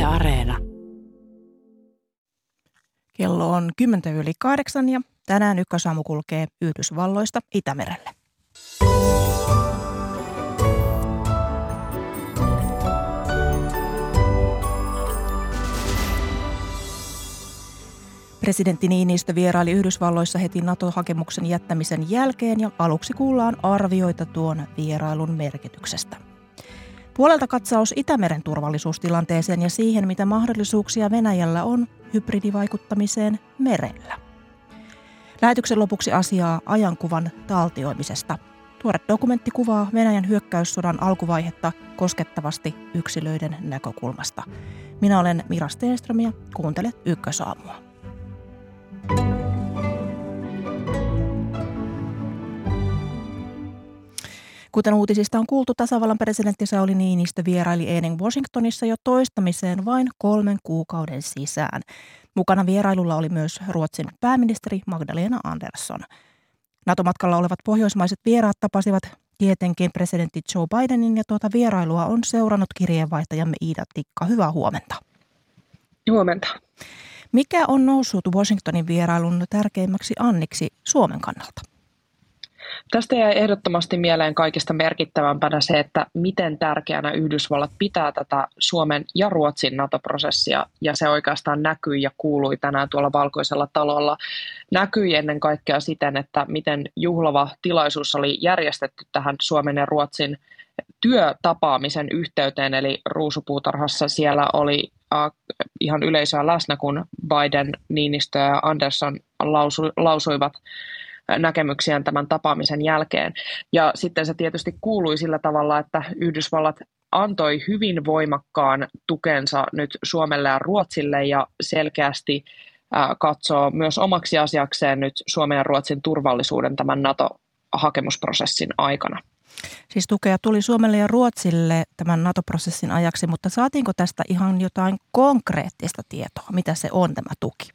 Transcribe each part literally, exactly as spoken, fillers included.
Areena. Kello on kymmentä yli kahdeksan ja tänään Ykkösaamu kulkee Yhdysvalloista Itämerelle. Presidentti Niinistö vieraili Yhdysvalloissa heti NATO-hakemuksen jättämisen jälkeen ja aluksi kuullaan arvioita tuon vierailun merkityksestä. Puolelta katsaus Itämeren turvallisuustilanteeseen ja siihen, mitä mahdollisuuksia Venäjällä on hybridivaikuttamiseen merellä. Lähetyksen lopuksi asiaa ajankuvan taltioimisesta. Tuore dokumentti kuvaa Venäjän hyökkäyssodan alkuvaihetta koskettavasti yksilöiden näkökulmasta. Minä olen Mira Stenström ja kuuntelet Ykkösaamua. Kuten uutisista on kuultu, tasavallan presidentti Sauli Niinistö vieraili eilen Washingtonissa jo toistamiseen vain kolmen kuukauden sisään. Mukana vierailulla oli myös Ruotsin pääministeri Magdalena Andersson. NATO-matkalla olevat pohjoismaiset vieraat tapasivat tietenkin presidentti Joe Bidenin ja tuota vierailua on seurannut kirjeenvaihtajamme Iida Tikka. Hyvää huomenta. Huomenta. Mikä on noussut Washingtonin vierailun tärkeimmäksi anniksi Suomen kannalta? Tästä jäi ehdottomasti mieleen kaikista merkittävämpänä se, että miten tärkeänä Yhdysvallat pitää tätä Suomen ja Ruotsin NATO-prosessia, ja se oikeastaan näkyi ja kuului tänään tuolla Valkoisella talolla. Näkyi ennen kaikkea siten, että miten juhlava tilaisuus oli järjestetty tähän Suomen ja Ruotsin työtapaamisen yhteyteen, eli Ruusupuutarhassa siellä oli äh, ihan yleisöä läsnä, kun Biden, Niinistö ja Andersson lausu, lausuivat näkemyksiään tämän tapaamisen jälkeen. Ja sitten se tietysti kuului sillä tavalla, että Yhdysvallat antoi hyvin voimakkaan tukensa nyt Suomelle ja Ruotsille ja selkeästi äh, katsoo myös omaksi asiakseen nyt Suomen ja Ruotsin turvallisuuden tämän NATO-hakemusprosessin aikana. Siis tukea tuli Suomelle ja Ruotsille tämän NATO-prosessin ajaksi, mutta saatiinko tästä ihan jotain konkreettista tietoa, mitä se on tämä tuki?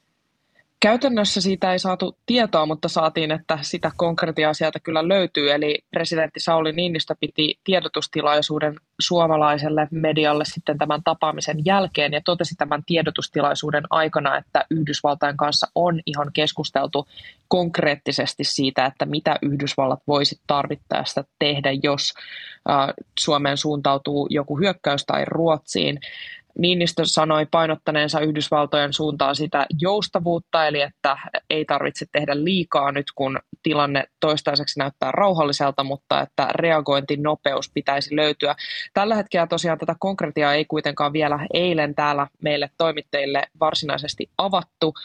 Käytännössä siitä ei saatu tietoa, mutta saatiin, että sitä konkretiaa sieltä kyllä löytyy. Eli presidentti Sauli Niinistö piti tiedotustilaisuuden suomalaiselle medialle sitten tämän tapaamisen jälkeen ja totesi tämän tiedotustilaisuuden aikana, että Yhdysvaltain kanssa on ihan keskusteltu konkreettisesti siitä, että mitä Yhdysvallat voisi tarvittaessa tehdä, jos Suomeen suuntautuu joku hyökkäys tai Ruotsiin. Niinistö sanoi painottaneensa Yhdysvaltojen suuntaan sitä joustavuutta, eli että ei tarvitse tehdä liikaa nyt, kun tilanne toistaiseksi näyttää rauhalliselta, mutta että reagointinopeus pitäisi löytyä. Tällä hetkellä tosiaan tätä konkretiaa ei kuitenkaan vielä eilen täällä meille toimittajille varsinaisesti avattu.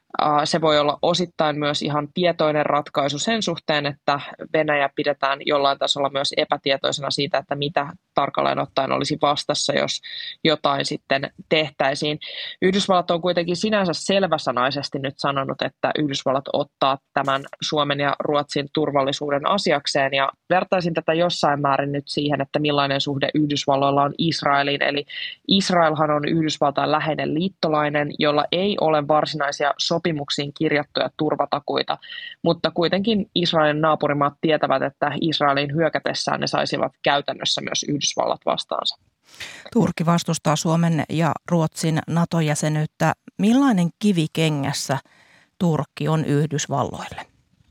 Se voi olla osittain myös ihan tietoinen ratkaisu sen suhteen, että Venäjä pidetään jollain tasolla myös epätietoisena siitä, että mitä tarkalleen ottaen olisi vastassa, jos jotain sitten tehtäisiin. Yhdysvallat on kuitenkin sinänsä selväsanaisesti nyt sanonut, että Yhdysvallat ottaa tämän Suomen ja Ruotsin turvallisuuden asiakseen, ja vertaisin tätä jossain määrin nyt siihen, että millainen suhde Yhdysvalloilla on Israeliin. Eli Israelhan on Yhdysvaltain läheinen liittolainen, jolla ei ole varsinaisia sopimuksiin kirjattuja turvatakuita, mutta kuitenkin Israelin naapurimaat tietävät, että Israelin hyökätessään ne saisivat käytännössä myös Yhdysvallat vastaansa. Turkki vastustaa Suomen ja Ruotsin NATO-jäsenyyttä. Millainen kivi kengässä Turkki on Yhdysvalloille?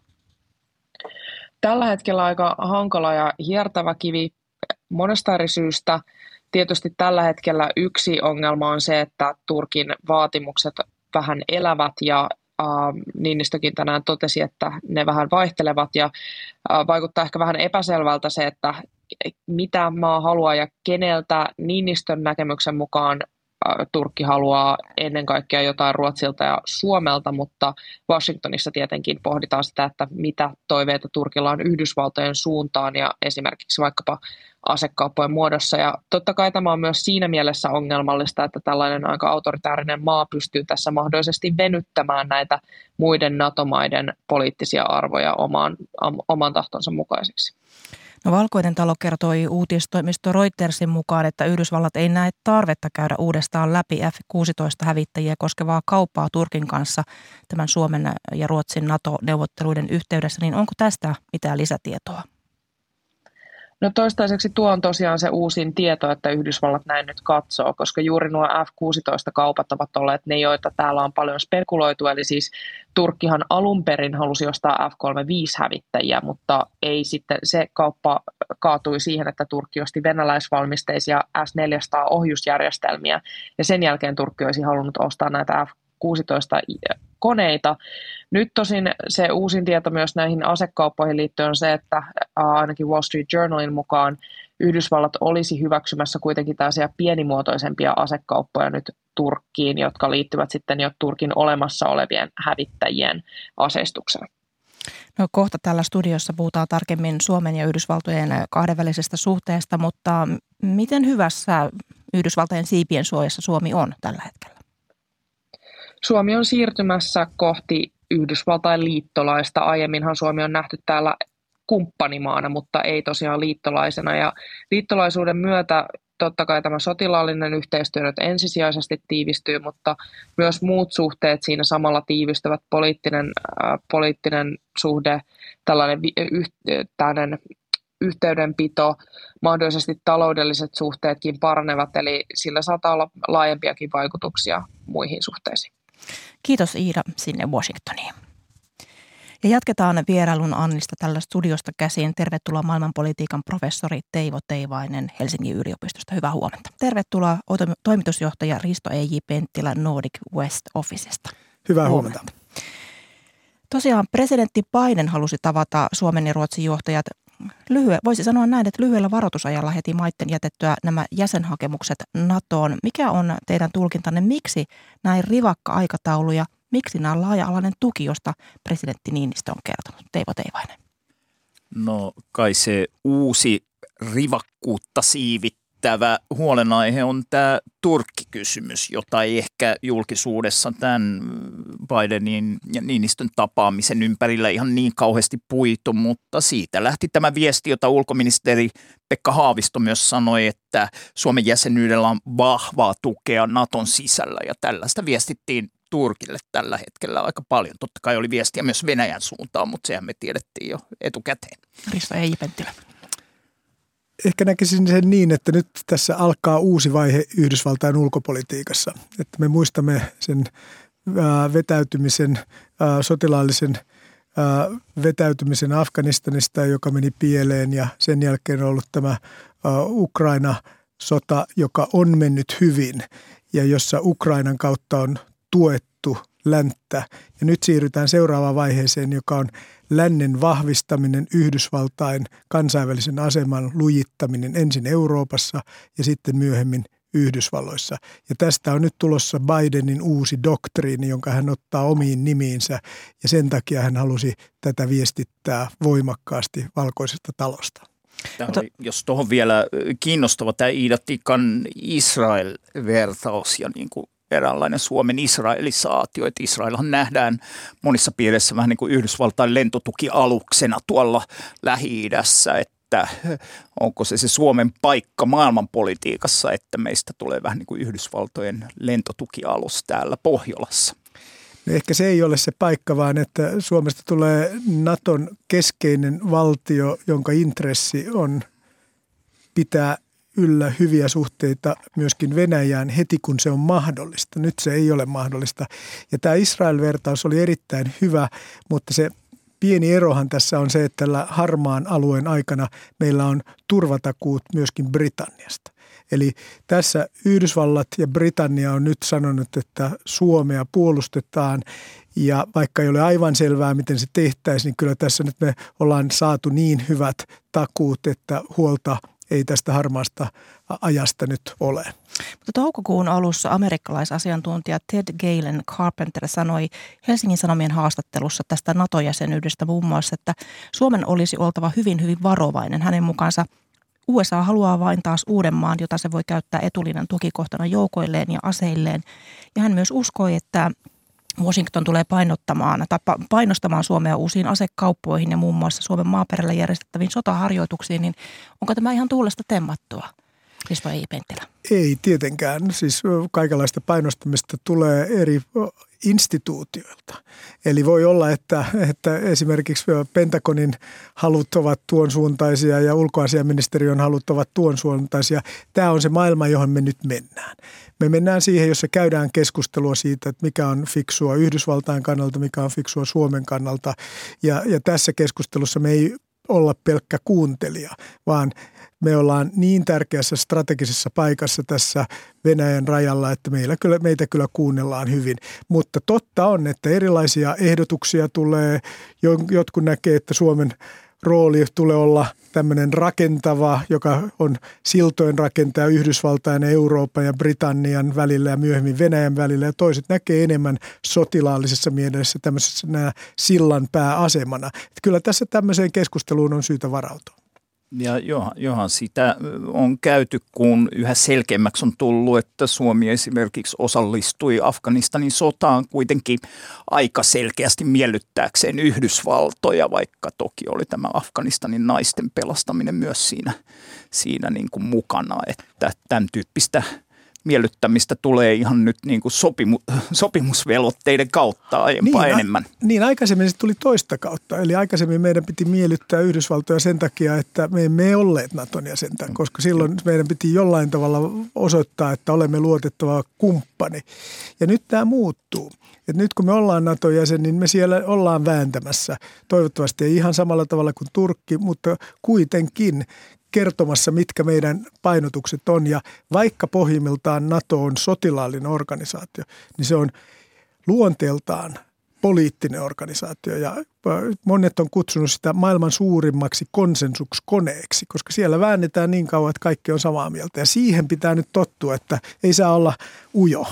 Tällä hetkellä aika hankala ja hiertävä kivi monesta eri syystä. Tietysti tällä hetkellä yksi ongelma on se, että Turkin vaatimukset vähän elävät ja äh, Niinistökin tänään totesi, että ne vähän vaihtelevat ja äh, vaikuttaa ehkä vähän epäselvältä se, että mitä maa haluaa ja keneltä. Niinistön näkemyksen mukaan äh, Turkki haluaa ennen kaikkea jotain Ruotsilta ja Suomelta, mutta Washingtonissa tietenkin pohditaan sitä, että mitä toiveita Turkilla on Yhdysvaltojen suuntaan ja esimerkiksi vaikkapa asekauppojen muodossa. Ja totta kai tämä on myös siinä mielessä ongelmallista, että tällainen aika autoritäärinen maa pystyy tässä mahdollisesti venyttämään näitä muiden NATO-maiden poliittisia arvoja omaan, oman tahtonsa mukaiseksi. No, Valkoinen talo kertoi uutistoimisto Reutersin mukaan, että Yhdysvallat ei näe tarvetta käydä uudestaan läpi F kuusitoista hävittäjiä koskevaa kauppaa Turkin kanssa tämän Suomen ja Ruotsin NATO-neuvotteluiden yhteydessä. Niin onko tästä mitään lisätietoa? No toistaiseksi tuo on tosiaan se uusin tieto, että Yhdysvallat näin nyt katsoo, koska juuri nuo F kuusitoista-kaupat ovat olleet ne, joita täällä on paljon spekuloitu. Eli siis Turkkihan alun perin halusi ostaa F kolmekymmentäviisi-hävittäjiä, mutta ei sitten, se kauppa kaatui siihen, että Turkki osti venäläisvalmisteisia S neljäsataa-ohjusjärjestelmiä, ja sen jälkeen Turkki olisi halunnut ostaa näitä F kuusitoista-koneita. Nyt tosin se uusin tieto myös näihin asekauppoihin liittyen on se, että ainakin Wall Street Journalin mukaan Yhdysvallat olisi hyväksymässä kuitenkin tällaisia pienimuotoisempia asekauppoja nyt Turkkiin, jotka liittyvät sitten jo Turkin olemassa olevien hävittäjien aseistukseen. No kohta täällä studiossa puhutaan tarkemmin Suomen ja Yhdysvaltojen kahdenvälisestä suhteesta, mutta miten hyvässä Yhdysvaltojen siipien suojassa Suomi on tällä hetkellä? Suomi on siirtymässä kohti Yhdysvaltain liittolaista. Aiemminhan Suomi on nähty täällä kumppanimaana, mutta ei tosiaan liittolaisena. Ja liittolaisuuden myötä totta kai tämä sotilaallinen yhteistyö nyt ensisijaisesti tiivistyy, mutta myös muut suhteet siinä samalla tiivistyvät. Poliittinen, äh, poliittinen suhde, tällainen, yh, tällainen yhteydenpito, mahdollisesti taloudelliset suhteetkin paranevat, eli sillä saattaa olla laajempiakin vaikutuksia muihin suhteisiin. Kiitos Iida sinne Washingtoniin. Ja jatketaan vierailun Annista tällä studiosta käsin. Tervetuloa maailmanpolitiikan professori Teivo Teivainen Helsingin yliopistosta. Hyvää huomenta. Tervetuloa toimitusjohtaja Risto E J Penttilä Nordic West Officesta. Hyvää huomenta. huomenta. Tosiaan presidentti Biden halusi tavata Suomen ja Ruotsin johtajat lyhyen, voisi sanoa näin, että lyhyellä varoitusajalla heti maitten jätettyä nämä jäsenhakemukset NATOon. Mikä on teidän tulkintanne, miksi näin rivakka aikataulu ja miksi nämä on laaja-alainen tuki, josta presidentti Niinistö on kertonut? Teivo Teivainen. No kai se uusi rivakkuutta siivittävä huolenaihe on tämä Turkki-kysymys, jota ei ehkä julkisuudessa tämän Bidenin ja Niinistön tapaamisen ympärillä ihan niin kauheasti puitu, mutta siitä lähti tämä viesti, jota ulkoministeri Pekka Haavisto myös sanoi, että Suomen jäsenyydellä on vahvaa tukea Naton sisällä ja tällaista viestittiin Turkille tällä hetkellä aika paljon. Totta kai oli viestiä myös Venäjän suuntaan, mutta sehän me tiedettiin jo etukäteen. Risto E J Penttilä. Ehkä näkisin sen niin, että nyt tässä alkaa uusi vaihe Yhdysvaltain ulkopolitiikassa. Että me muistamme sen vetäytymisen, sotilaallisen vetäytymisen Afganistanista, joka meni pieleen, ja sen jälkeen on ollut tämä Ukraina-sota, joka on mennyt hyvin ja jossa Ukrainan kautta on tuettu länttä. Ja nyt siirrytään seuraavaan vaiheeseen, joka on lännen vahvistaminen, Yhdysvaltain kansainvälisen aseman lujittaminen ensin Euroopassa ja sitten myöhemmin Yhdysvalloissa. Ja tästä on nyt tulossa Bidenin uusi doktriini, jonka hän ottaa omiin nimiinsä, ja sen takia hän halusi tätä viestittää voimakkaasti Valkoisesta talosta. Oli, jos tuohon vielä kiinnostava tämä Iida Tikan Israel-vertaus ja niin kuin eräänlainen Suomen israelisaatio, että Israelhan nähdään monissa piirissä vähän niin kuin Yhdysvaltain lentotukialuksena tuolla Lähi-idässä, että onko se se Suomen paikka maailmanpolitiikassa, että meistä tulee vähän niin kuin Yhdysvaltojen lentotukialus täällä Pohjolassa. Ehkä se ei ole se paikka, vaan että Suomesta tulee Naton keskeinen valtio, jonka intressi on pitää yllä hyviä suhteita myöskin Venäjään heti, kun se on mahdollista. Nyt se ei ole mahdollista. Ja tämä Israel-vertaus oli erittäin hyvä, mutta se pieni erohan tässä on se, että tällä harmaan alueen aikana meillä on turvatakuut myöskin Britanniasta. Eli tässä Yhdysvallat ja Britannia on nyt sanonut, että Suomea puolustetaan, ja vaikka ei ole aivan selvää, miten se tehtäisiin, niin kyllä tässä nyt me ollaan saatu niin hyvät takuut, että huolta ei tästä harmaasta ajasta nyt ole. Mutta toukokuun alussa amerikkalaisasiantuntija Ted Galen Carpenter sanoi Helsingin Sanomien haastattelussa tästä NATO-jäsenyydestä muun muassa, että Suomen olisi oltava hyvin, hyvin varovainen. Hänen mukaansa U S A haluaa vain taas uuden maan, jota se voi käyttää etulinjan tukikohtana joukoilleen ja aseilleen. Ja hän myös uskoi, että Washington tulee painottamaan tai painostamaan Suomea uusiin asekauppoihin ja muun muassa Suomen maaperällä järjestettäviin sotaharjoituksiin, niin onko tämä ihan tuulesta temmattua, Risto E J Penttilä? Ei tietenkään. Siis kaikenlaista painostamista tulee eri instituutioilta. Eli voi olla, että, että esimerkiksi Pentagonin halut ovat tuon suuntaisia ja ulkoasiaministeriön halut ovat tuon suuntaisia. Tämä on se maailma, johon me nyt mennään. Me mennään siihen, jossa käydään keskustelua siitä, että mikä on fiksua Yhdysvaltain kannalta, mikä on fiksua Suomen kannalta. Ja, ja tässä keskustelussa me ei olla pelkkä kuuntelija, vaan me ollaan niin tärkeässä strategisessa paikassa tässä Venäjän rajalla, että meillä kyllä, meitä kyllä kuunnellaan hyvin. Mutta totta on, että erilaisia ehdotuksia tulee. Jotkut näkee, että Suomen rooli tulee olla tämmöinen rakentava, joka on siltojen rakentaja Yhdysvaltain ja Euroopan ja Britannian välillä ja myöhemmin Venäjän välillä. Ja toiset näkee enemmän sotilaallisessa mielessä tämmöisessä nämä sillan pääasemana. Että kyllä tässä tämmöiseen keskusteluun on syytä varautua. Ja johan, johan sitä on käyty, kun yhä selkeämmäksi on tullut, että Suomi esimerkiksi osallistui Afganistanin sotaan kuitenkin aika selkeästi miellyttääkseen Yhdysvaltoja, vaikka toki oli tämä Afganistanin naisten pelastaminen myös siinä, siinä niin kuin mukana, että tämän tyyppistä miellyttämistä tulee ihan nyt niin kuin sopimu, sopimusvelvoitteiden kautta aiempaa niin, enemmän. A, niin, aikaisemmin se tuli toista kautta. Eli aikaisemmin meidän piti miellyttää Yhdysvaltoja sen takia, että me emme olleet Naton jäsentä, koska silloin meidän piti jollain tavalla osoittaa, että olemme luotettava kumppani. Ja nyt tämä muuttuu. Et nyt kun me ollaan Naton jäsen, niin me siellä ollaan vääntämässä. Toivottavasti ei ihan samalla tavalla kuin Turkki, mutta kuitenkin kertomassa, mitkä meidän painotukset on. Ja vaikka pohjimmiltaan NATO on sotilaallinen organisaatio, niin se on luonteeltaan poliittinen organisaatio. Ja monet on kutsunut sitä maailman suurimmaksi konsensuskoneeksi, koska siellä väännetään niin kauan, että kaikki on samaa mieltä. Ja siihen pitää nyt tottua, että ei saa olla ujo.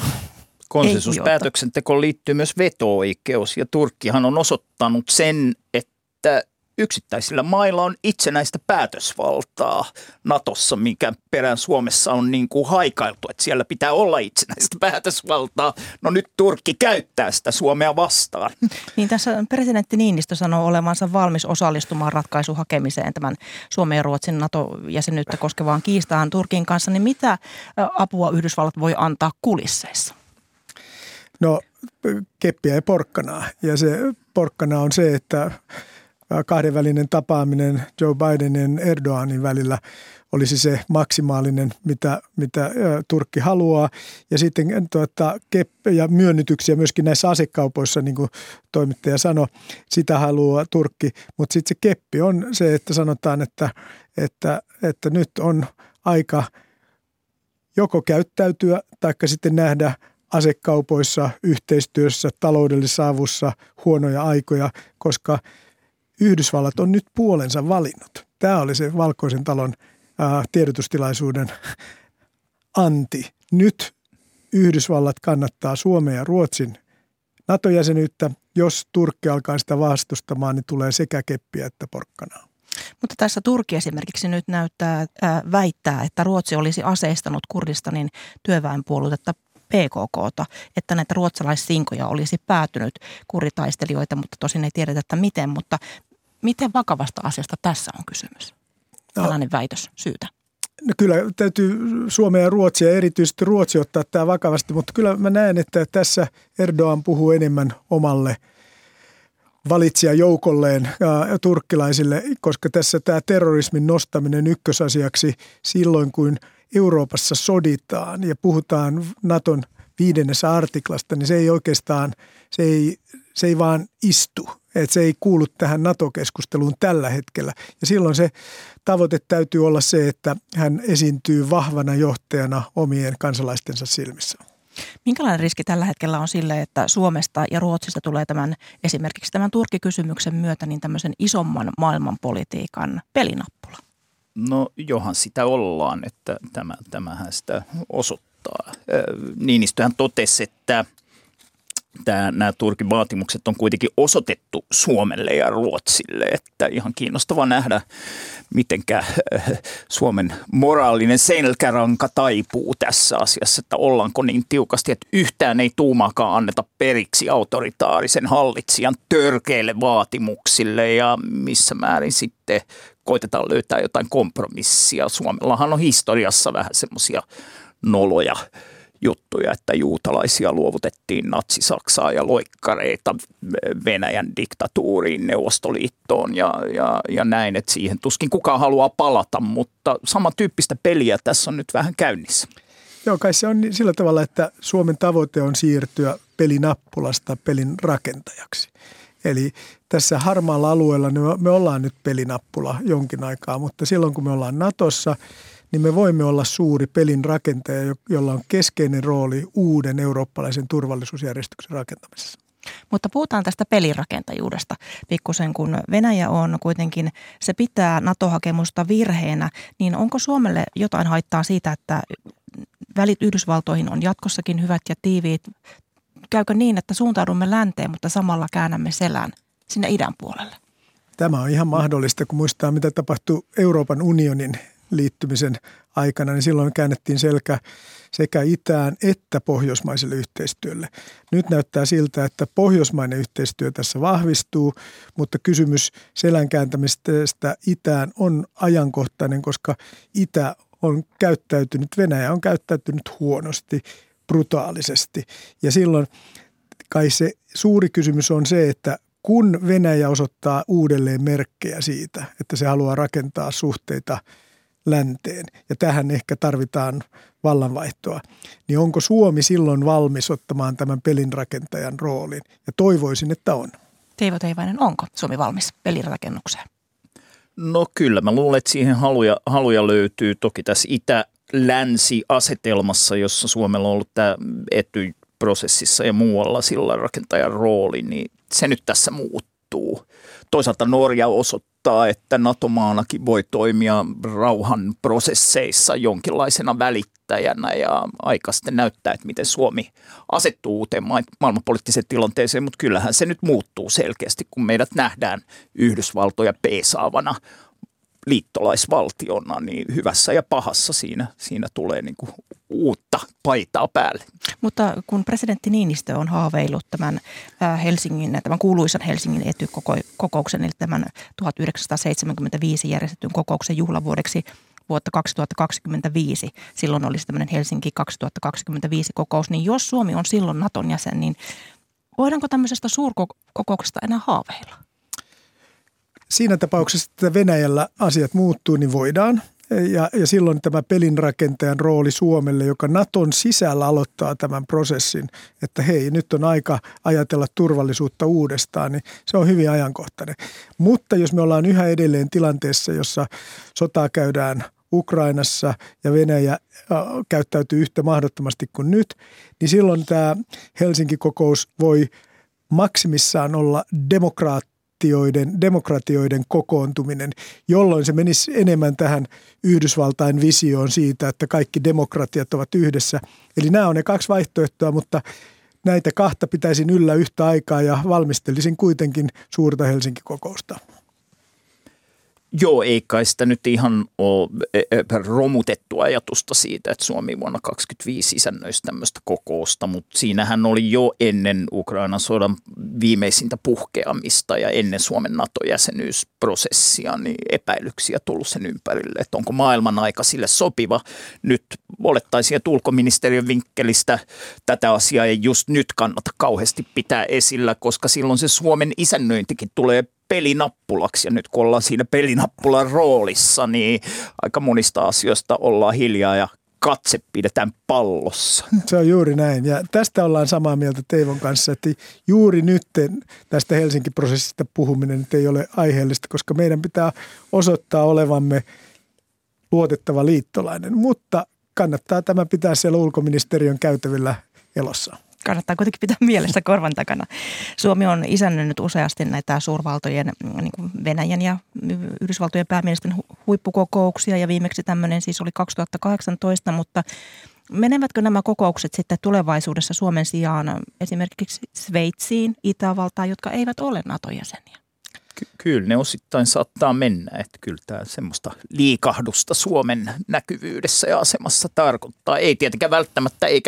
Konsensuspäätöksentekoon liittyy myös veto-oikeus, ja Turkkihan on osoittanut sen, että yksittäisillä mailla on itsenäistä päätösvaltaa Natossa, mikä perään Suomessa on niin kuin haikailtu, että siellä pitää olla itsenäistä päätösvaltaa. No nyt Turkki käyttää sitä Suomea vastaan. Niin tässä presidentti Niinistö sanoo olevansa valmis osallistumaan ratkaisun hakemiseen tämän Suomen ja Ruotsin NATO-jäsenyyttä koskevaan kiistaan Turkin kanssa. Niin mitä apua Yhdysvallat voi antaa kulisseissa? No keppiä ja porkkanaa. Ja se porkkana on se, että kahdenvälinen tapaaminen Joe Bidenin ja Erdoganin välillä olisi se maksimaalinen, mitä, mitä Turkki haluaa. Ja sitten tuota, kepp- ja myönnytyksiä myöskin näissä asekaupoissa, niin kuin toimittaja sanoi, sitä haluaa Turkki. Mutta sitten se keppi on se, että sanotaan, että, että, että nyt on aika joko käyttäytyä tai sitten nähdä asekaupoissa, yhteistyössä, taloudellisessa avussa huonoja aikoja, koska Yhdysvallat on nyt puolensa valinnut. Tämä oli se Valkoisen talon ää, tiedotustilaisuuden anti. Nyt Yhdysvallat kannattaa Suomen ja Ruotsin NATO-jäsenyyttä. Jos Turkki alkaa sitä vastustamaan, niin tulee sekä keppiä että porkkanaa. Mutta tässä Turkki esimerkiksi nyt näyttää ää, väittää, että Ruotsi olisi aseistanut Kurdistanin työväenpuoluetta P K K:ta, että näitä ruotsalaissinkoja olisi päätynyt kurditaistelijoita, mutta tosin ei tiedetä, että miten. Mutta miten vakavasta asiasta tässä on kysymys? Tällainen no, väitös syytä. No kyllä täytyy Suomea ja Ruotsia, erityisesti Ruotsi ottaa tämä vakavasti, mutta kyllä mä näen, että tässä Erdogan puhuu enemmän omalle valitsijajoukolleen ja turkkilaisille, koska tässä tämä terrorismin nostaminen ykkösasiaksi silloin, kun Euroopassa soditaan ja puhutaan Naton viidennessä artiklasta, niin se ei oikeastaan, se ei, se ei vaan istu. Että se ei kuulu tähän NATO-keskusteluun tällä hetkellä. Ja silloin se tavoite täytyy olla se, että hän esiintyy vahvana johtajana omien kansalaistensa silmissä. Minkälainen riski tällä hetkellä on sille, että Suomesta ja Ruotsista tulee tämän, esimerkiksi tämän Turkki-kysymyksen myötä niin tämmöisen isomman maailmanpolitiikan pelinappula? No johan sitä ollaan, että tämä, tämähän sitä osoittaa. Niinistöhän totesi, että Tämä, nämä Turkin vaatimukset on kuitenkin osoitettu Suomelle ja Ruotsille, että ihan kiinnostava nähdä, mitenkä Suomen moraalinen selkäranka taipuu tässä asiassa, että ollaanko niin tiukasti, että yhtään ei tuumaakaan anneta periksi autoritaarisen hallitsijan törkeille vaatimuksille ja missä määrin sitten koitetaan löytää jotain kompromissia. Suomellahan on historiassa vähän semmoisia noloja juttuja, että juutalaisia luovutettiin natsi-Saksaan ja loikkareita Venäjän diktatuuriin, Neuvostoliittoon ja, ja, ja näin, että siihen tuskin kukaan haluaa palata, mutta samantyyppistä peliä tässä on nyt vähän käynnissä. Joo, kai se on sillä tavalla, että Suomen tavoite on siirtyä pelinappulasta pelin rakentajaksi. Eli tässä harmaalla alueella me ollaan nyt pelinappula jonkin aikaa, mutta silloin kun me ollaan Natossa, niin me voimme olla suuri pelin rakentaja, jolla on keskeinen rooli uuden eurooppalaisen turvallisuusjärjestyksen rakentamisessa. Mutta puhutaan tästä pelirakentajuudesta pikkusen, kun Venäjä on kuitenkin, se pitää NATO-hakemusta virheenä, niin onko Suomelle jotain haittaa siitä, että välit Yhdysvaltoihin on jatkossakin hyvät ja tiiviit? Käykö niin, että suuntaudumme länteen, mutta samalla käännämme selän sinne idän puolelle? Tämä on ihan mahdollista, kun muistaa, mitä tapahtui Euroopan unionin liittymisen aikana, niin silloin käännettiin selkä sekä itään että pohjoismaiselle yhteistyölle. Nyt näyttää siltä, että pohjoismainen yhteistyö tässä vahvistuu, mutta kysymys selän kääntämisestä itään on ajankohtainen, koska itä on käyttäytynyt, Venäjä on käyttäytynyt huonosti, brutaalisesti. Ja silloin kai se suuri kysymys on se, että kun Venäjä osoittaa uudelleen merkkejä siitä, että se haluaa rakentaa suhteita länteen, ja tähän ehkä tarvitaan vallanvaihtoa, niin onko Suomi silloin valmis ottamaan tämän pelinrakentajan roolin? Ja toivoisin, että on. Teivo Teivainen, onko Suomi valmis pelinrakennukseen? No kyllä, mä luulen, että siihen haluja, haluja löytyy toki tässä itä-länsi-asetelmassa, jossa Suomella on ollut tämä Etyj-prosessissa ja muualla sillä rakentajan rooli, niin se nyt tässä muuttuu. Toisaalta Norja osoittaa, että NATO-maanakin voi toimia rauhan prosesseissa jonkinlaisena välittäjänä ja aika sitten näyttää, että miten Suomi asettuu uuteen maailmanpoliittiseen tilanteeseen, mutta kyllähän se nyt muuttuu selkeästi, kun meidät nähdään Yhdysvaltoja peesaavana liittolaisvaltiona, niin hyvässä ja pahassa siinä, siinä tulee niin kuin uutta paitaa päälle. Mutta kun presidentti Niinistö on haaveillut tämän Helsingin, tämän kuuluisan Helsingin Ety-kokouksen, eli tämän tuhatyhdeksänsataaseitsemänkymmentäviisi järjestetyn kokouksen juhlavuodeksi vuotta kaksituhattakaksikymmentäviisi, silloin olisi tämmöinen Helsinki kaksituhattakaksikymmentäviisi kokous, niin jos Suomi on silloin Naton jäsen, niin voidaanko tämmöisestä suurkokouksesta enää haaveilla? Siinä tapauksessa, että Venäjällä asiat muuttuu, niin voidaan. Ja, ja silloin tämä pelinrakentajan rooli Suomelle, joka Naton sisällä aloittaa tämän prosessin, että hei, nyt on aika ajatella turvallisuutta uudestaan, niin se on hyvin ajankohtainen. Mutta jos me ollaan yhä edelleen tilanteessa, jossa sotaa käydään Ukrainassa ja Venäjä äh, käyttäytyy yhtä mahdottomasti kuin nyt, niin silloin tämä Helsinki-kokous voi maksimissaan olla demokraattinen. demokratioiden kokoontuminen, jolloin se menisi enemmän tähän Yhdysvaltain visioon siitä, että kaikki demokratiat ovat yhdessä. Eli nämä on ne kaksi vaihtoehtoa, mutta näitä kahta pitäisin yllä yhtä aikaa ja valmistelisin kuitenkin suurta Helsinki-kokousta. Joo, ei kai sitä nyt ihan ole romutettu ajatusta siitä, että Suomi vuonna kaksikymmentäviisi isännöisi tämmöistä kokousta, mutta siinähän oli jo ennen Ukrainan sodan viimeisintä puhkeamista ja ennen Suomen NATO-jäsenyysprosessia niin epäilyksiä tullut sen ympärille, että onko maailman aika sille sopiva. Nyt olettaisiin, että ulkoministeriön vinkkelistä tätä asiaa ei just nyt kannata kauheasti pitää esillä, koska silloin se Suomen isännöintikin tulee pelinappulaksi, ja nyt kun ollaan siinä pelinappulan roolissa, niin aika monista asioista ollaan hiljaa ja katse pidetään pallossa. Se on juuri näin, ja tästä ollaan samaa mieltä Teivon kanssa, että juuri nyt tästä Helsinki-prosessista puhuminen ei ole aiheellista, koska meidän pitää osoittaa olevamme luotettava liittolainen, mutta kannattaa tämä pitää siellä ulkoministeriön käytävillä elossa. Kannattaa kuitenkin pitää mielessä korvan takana. Suomi on isännönyt useasti näitä suurvaltojen, niin kuin Venäjän ja Yhdysvaltojen päämiesten huippukokouksia, ja viimeksi tämmöinen siis oli kaksituhattakahdeksantoista, mutta menevätkö nämä kokoukset sitten tulevaisuudessa Suomen sijaan esimerkiksi Sveitsiin, Itävaltaan, jotka eivät ole NATO-jäseniä? Ky- kyllä ne osittain saattaa mennä, että kyllä tämä semmoista liikahdusta Suomen näkyvyydessä ja asemassa tarkoittaa. Ei tietenkään välttämättä eikä kaikki.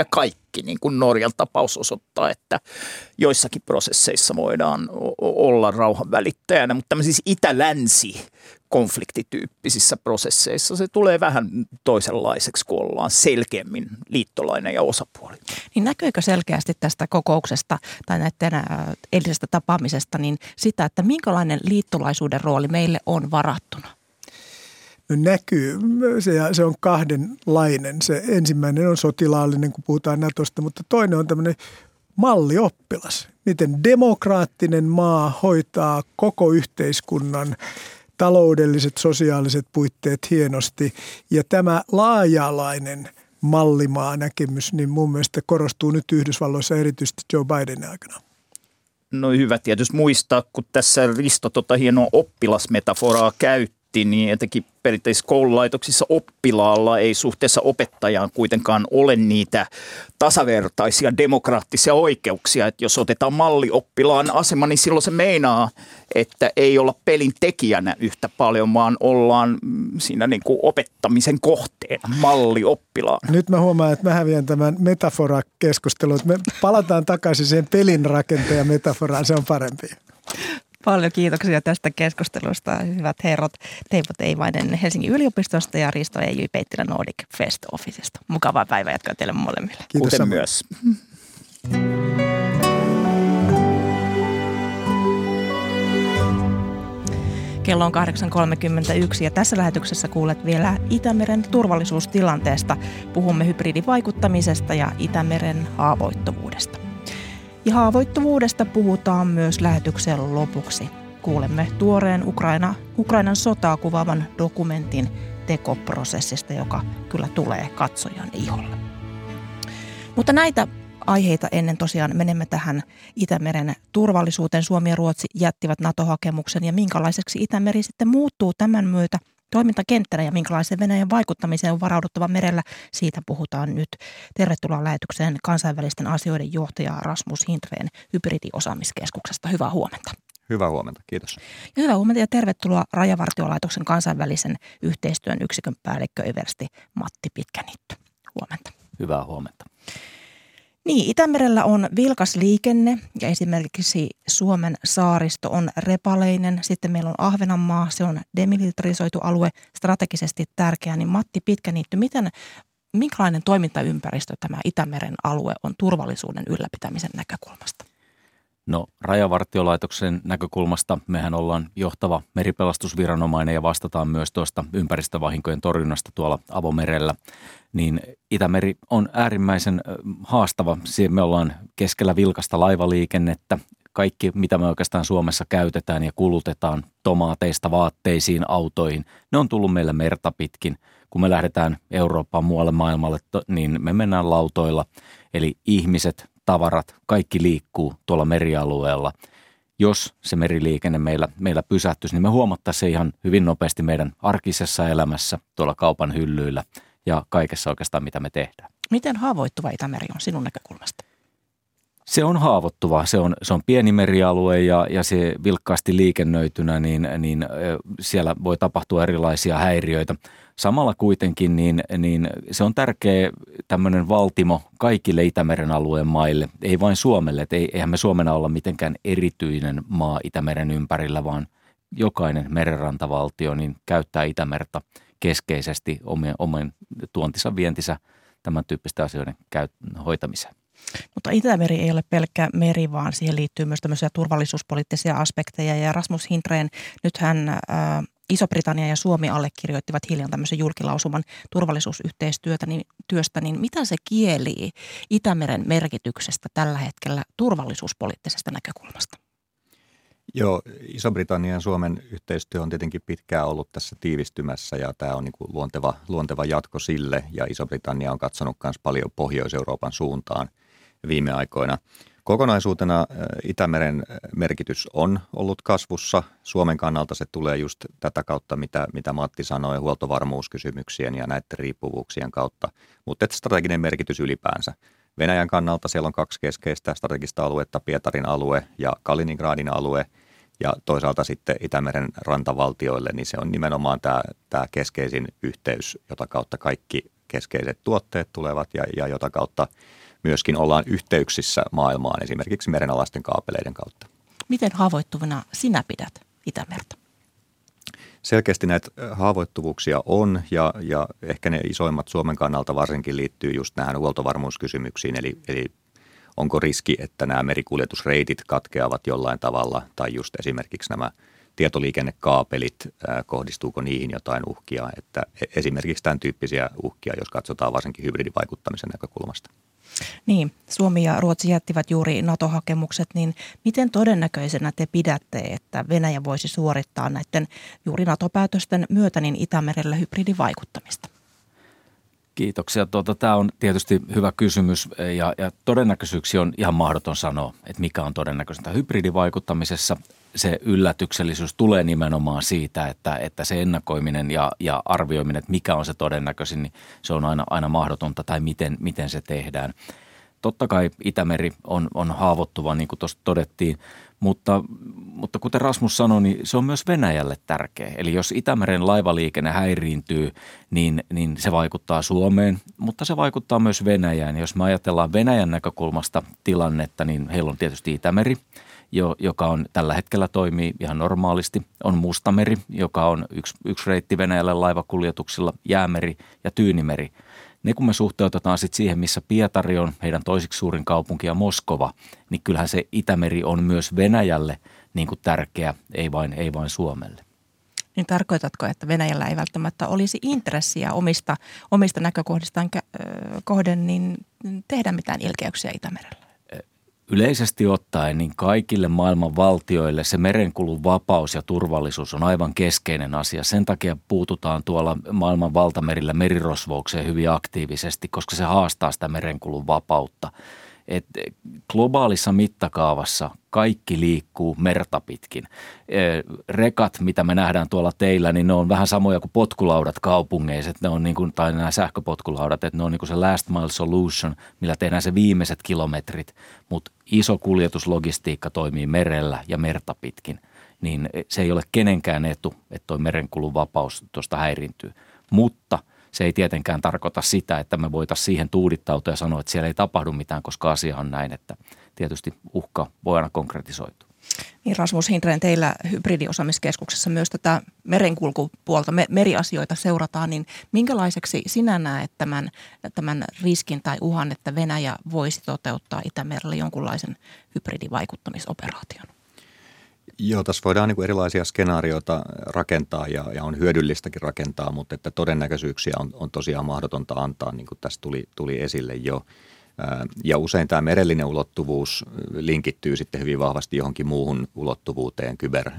kaikki, niin kuin Norjan tapaus osoittaa, että joissakin prosesseissa voidaan olla rauhan välittäjänä, mutta tämmöisissä itä-länsi konfliktityyppisissä prosesseissa se tulee vähän toisenlaiseksi, kun ollaan selkeämmin liittolainen ja osapuoli. Niin näkyykö selkeästi tästä kokouksesta tai näiden eilisestä tapaamisesta niin sitä, että minkälainen liittolaisuuden rooli meille on varattuna? No näkyy. Se, se on kahdenlainen. Se ensimmäinen on sotilaallinen, kun puhutaan Natosta, mutta toinen on tämmöinen mallioppilas. Miten demokraattinen maa hoitaa koko yhteiskunnan taloudelliset, sosiaaliset puitteet hienosti. Ja tämä laaja-alainen mallimaa-näkemys, niin mun mielestä korostuu nyt Yhdysvalloissa erityisesti Joe Bidenin aikana. No hyvä tietysti muistaa, kun tässä Risto tota hienoa oppilasmetaforaa käytti, niin etenkin perinteisissä koululaitoksissa oppilaalla ei suhteessa opettajaan kuitenkaan ole niitä tasavertaisia demokraattisia oikeuksia. Että jos otetaan mallioppilaan asema, niin silloin se meinaa, että ei olla pelin tekijänä yhtä paljon, vaan ollaan siinä niin kuin opettamisen kohteena mallioppilaan. Nyt mä huomaan, että mä häviän tämän metaforakeskustelun. Me palataan takaisin siihen pelin rakentajan metaforaan, se on parempi. Paljon kiitoksia tästä keskustelusta, hyvät herrat. Teivo Teivainen Helsingin yliopistosta ja Risto Eijy Peittilä Nordic Fest Officesta. Mukavaa päivää jatkaa teille molemmille. Kiitos Kuten myös. Kello on kahdeksan kolmekymmentäyksi ja tässä lähetyksessä kuulet vielä Itämeren turvallisuustilanteesta. Puhumme hybridivaikuttamisesta ja Itämeren haavoittuvuudesta. Ja haavoittuvuudesta puhutaan myös lähetyksen lopuksi. Kuulemme tuoreen Ukraina, Ukrainan sotaa kuvaavan dokumentin tekoprosessista, joka kyllä tulee katsojan iholle. Mutta näitä aiheita ennen tosiaan menemme tähän Itämeren turvallisuuteen. Suomi ja Ruotsi jättivät NATO-hakemuksen ja minkälaiseksi Itämeri sitten muuttuu tämän myötä toimintakenttänä ja minkälaiseen Venäjän vaikuttamiseen on varauduttava merellä. Siitä puhutaan nyt. Tervetuloa lähetykseen kansainvälisten asioiden johtaja Rasmus Hindrén Hybridiosaamiskeskuksesta. Hyvää huomenta. Hyvää huomenta, kiitos. Ja hyvää huomenta ja tervetuloa Rajavartiolaitoksen kansainvälisen yhteistyön yksikön päällikkö eversti Matti Pitkäniitty. Huomenta. Hyvää huomenta. Niin, Itämerellä on vilkas liikenne ja esimerkiksi Suomen saaristo on repaleinen. Sitten meillä on Ahvenanmaa, se on demilitarisoitu alue, strategisesti tärkeä. Niin Matti Pitkäniitty, miten, minkälainen toimintaympäristö tämä Itämeren alue on turvallisuuden ylläpitämisen näkökulmasta? No Rajavartiolaitoksen näkökulmasta mehän ollaan johtava meripelastusviranomainen ja vastataan myös tuosta ympäristövahinkojen torjunnasta tuolla avomerellä. Niin Itämeri on äärimmäisen haastava. Me ollaan keskellä vilkasta laivaliikennettä. Kaikki, mitä me oikeastaan Suomessa käytetään ja kulutetaan tomaateista vaatteisiin, autoihin, ne on tullut meille merta pitkin. Kun me lähdetään Eurooppaan muualle maailmalle, niin me mennään lautoilla. Eli ihmiset, tavarat, kaikki liikkuu tuolla merialueella. Jos se meriliikenne meillä, meillä pysähtyisi, niin me huomattaisiin se ihan hyvin nopeasti meidän arkisessa elämässä tuolla kaupan hyllyillä ja kaikessa oikeastaan, mitä me tehdään. Miten haavoittuva Itämeri on sinun näkökulmasta? Se on haavoittuva. Se on, se on pieni merialue ja, ja se vilkkaasti liikennöitynä, niin, niin siellä voi tapahtua erilaisia häiriöitä. Samalla kuitenkin niin, niin se on tärkeä tämmöinen valtimo kaikille Itämeren alueen maille, ei vain Suomelle. Et ei, eihän me Suomena olla mitenkään erityinen maa Itämeren ympärillä, vaan jokainen merenrantavaltio niin käyttää Itämerta keskeisesti omien, omien tuontinsa, vientinsä, tämän tyyppisten asioiden käyt- hoitamiseen. Mutta Itämeri ei ole pelkkä meri, vaan siihen liittyy myös tämmöisiä turvallisuuspoliittisia aspekteja. Ja Rasmus Hindrén, nythän ää, Iso-Britannia ja Suomi allekirjoittivat hiljan tämmöisen julkilausuman turvallisuusyhteistyötä, niin, työstä, niin mitä se kielii Itämeren merkityksestä tällä hetkellä turvallisuuspoliittisesta näkökulmasta? Joo, Iso-Britannian ja Suomen yhteistyö on tietenkin pitkään ollut tässä tiivistymässä ja tämä on niin kuin luonteva, luonteva jatko sille ja Iso-Britannia on katsonut myös paljon Pohjois-Euroopan suuntaan viime aikoina. Kokonaisuutena Itämeren merkitys on ollut kasvussa. Suomen kannalta se tulee just tätä kautta, mitä, mitä Matti sanoi, huoltovarmuuskysymyksien ja näiden riippuvuuksien kautta, mutta strateginen merkitys ylipäänsä. Venäjän kannalta siellä on kaksi keskeistä strategista aluetta, Pietarin alue ja Kaliningradin alue, ja toisaalta sitten Itämeren rantavaltioille, niin se on nimenomaan tämä, tämä keskeisin yhteys, jota kautta kaikki keskeiset tuotteet tulevat ja, ja jota kautta myöskin ollaan yhteyksissä maailmaan esimerkiksi merenalaisten kaapeleiden kautta. Miten haavoittuvana sinä pidät Itämerta? Selkeästi näitä haavoittuvuuksia on ja, ja ehkä ne isoimmat Suomen kannalta varsinkin liittyy just näihin huoltovarmuuskysymyksiin, eli, eli onko riski, että nämä merikuljetusreitit katkeavat jollain tavalla tai just esimerkiksi nämä tietoliikennekaapelit, äh, kohdistuuko niihin jotain uhkia, että esimerkiksi tämän tyyppisiä uhkia, jos katsotaan varsinkin hybridivaikuttamisen näkökulmasta. Niin, Suomi ja Ruotsi jättivät juuri NATO-hakemukset, niin miten todennäköisenä te pidätte, että Venäjä voisi suorittaa näiden juuri NATO-päätösten myötä niin Itämerellä hybridivaikuttamista? Kiitoksia. Tuota, tämä on tietysti hyvä kysymys ja, ja todennäköisyyksiä on ihan mahdoton sanoa, että mikä on todennäköistä. Hybridivaikuttamisessa se yllätyksellisyys tulee nimenomaan siitä, että, että se ennakoiminen ja, ja arvioiminen, että mikä on se todennäköisin, niin se on aina, aina mahdotonta tai miten, miten se tehdään. Totta kai Itämeri on, on haavoittuva, niin kuin tuossa todettiin, mutta, mutta kuten Rasmus sanoi, niin se on myös Venäjälle tärkeä. Eli jos Itämeren laivaliikenne häiriintyy, niin, niin se vaikuttaa Suomeen, mutta se vaikuttaa myös Venäjään. Jos me ajatellaan Venäjän näkökulmasta tilannetta, niin heillä on tietysti Itämeri, jo, joka on tällä hetkellä toimii ihan normaalisti. On Mustameri, joka on yksi, yksi reitti Venäjälle laivakuljetuksilla, Jäämeri ja Tyynimeri. Ne kun me suhteutetaan sitten siihen, missä Pietari on, heidän toisiksi suurin kaupunki ja Moskova, niin kyllähän se Itämeri on myös Venäjälle niin kuin tärkeä, ei vain, ei vain Suomelle. Niin tarkoitatko, että Venäjällä ei välttämättä olisi intressiä omista, omista näkökohdistaan kohden niin tehdä mitään ilkeyksiä Itämerellä? Yleisesti ottaen niin kaikille maailman valtioille se merenkulun vapaus ja turvallisuus on aivan keskeinen asia. Sen takia puututaan tuolla maailman valtamerillä merirosvoukseen hyvin aktiivisesti, koska se haastaa sitä merenkulun vapautta. Et globaalissa mittakaavassa kaikki liikkuu merta pitkin. Rekat, mitä me nähdään tuolla teillä, niin ne on vähän samoja kuin potkulaudat kaupungeissa, ne on niin kuin, tai nämä sähköpotkulaudat, että ne on niin kuin se last mile solution, millä tehdään se viimeiset kilometrit, mutta iso kuljetuslogistiikka toimii merellä ja merta pitkin, niin se ei ole kenenkään etu, että tuo merenkulun vapaus tuosta häiriintyy, mutta se ei tietenkään tarkoita sitä, että me voitaisiin siihen tuudittautua ja sanoa, että siellä ei tapahdu mitään, koska asia on näin, että tietysti uhka voi aina konkretisoitua. Niin Rasmus Hindren, teillä hybridiosaamiskeskuksessa myös tätä merenkulkupuolta, meriasioita seurataan, niin minkälaiseksi sinä näet tämän, tämän riskin tai uhan, että Venäjä voisi toteuttaa Itämerellä jonkunlaisen hybridivaikuttamisoperaation? Joo, tässä voidaan niin kuin erilaisia skenaarioita rakentaa ja, ja on hyödyllistäkin rakentaa, mutta että todennäköisyyksiä on, on tosiaan mahdotonta antaa, niin kuin tässä tuli, tuli esille jo. Ja usein tämä merellinen ulottuvuus linkittyy sitten hyvin vahvasti johonkin muuhun ulottuvuuteen, kyber,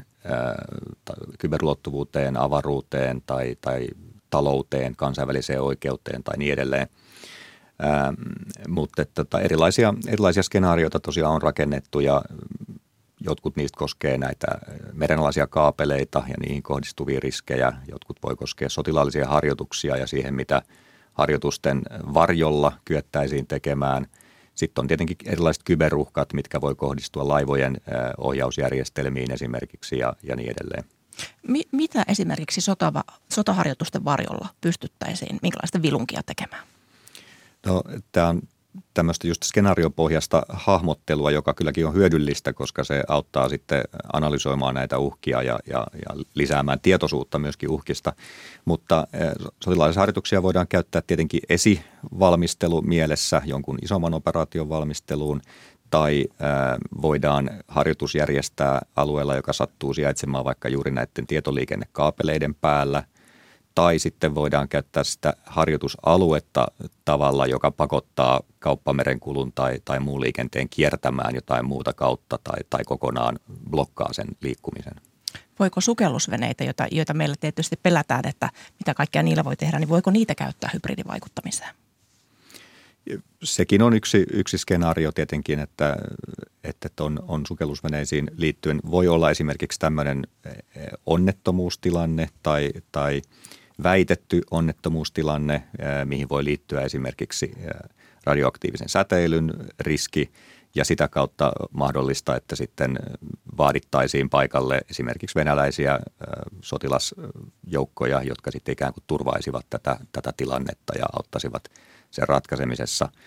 kyberulottuvuuteen, avaruuteen tai, tai talouteen, kansainväliseen oikeuteen tai niin edelleen. Ähm, mutta että, erilaisia, erilaisia skenaarioita tosiaan on rakennettu ja jotkut niistä koskee näitä merenalaisia kaapeleita ja niihin kohdistuvia riskejä. Jotkut voi koskea sotilaallisia harjoituksia ja siihen, mitä harjoitusten varjolla kyettäisiin tekemään. Sitten on tietenkin erilaiset kyberuhkat, mitkä voi kohdistua laivojen ohjausjärjestelmiin esimerkiksi ja, ja niin edelleen. Mi- mitä esimerkiksi sotava, sotaharjoitusten varjolla pystyttäisiin, minkälaista vilunkia tekemään? No, tämä on tämmöistä just skenaariopohjasta hahmottelua, joka kylläkin on hyödyllistä, koska se auttaa sitten analysoimaan näitä uhkia ja, ja, ja lisäämään tietoisuutta myöskin uhkista. Mutta sotilaallisia harjoituksia voidaan käyttää tietenkin esivalmistelu mielessä jonkun isomman operaation valmisteluun, tai ää, voidaan harjoitus järjestää alueella, joka sattuu sijaitsemaan vaikka juuri näiden tietoliikennekaapeleiden päällä. Tai sitten voidaan käyttää sitä harjoitusaluetta tavalla, joka pakottaa kauppamerenkulun tai, tai muun liikenteen kiertämään jotain muuta kautta tai, tai kokonaan blokkaa sen liikkumisen. Voiko sukellusveneitä, joita, joita meillä tietysti pelätään, että mitä kaikkea niillä voi tehdä, niin voiko niitä käyttää hybridivaikuttamiseen? Sekin on yksi, yksi skenaario tietenkin, että, että on, on sukellusveneisiin liittyen. Voi olla esimerkiksi tämmöinen onnettomuustilanne tai, tai väitetty onnettomuustilanne, mihin voi liittyä esimerkiksi radioaktiivisen säteilyn riski ja sitä kautta mahdollista, että sitten vaadittaisiin paikalle esimerkiksi venäläisiä sotilasjoukkoja, jotka sitten ikään kuin turvaisivat tätä, tätä tilannetta ja auttaisivat sen ratkaisemisessa.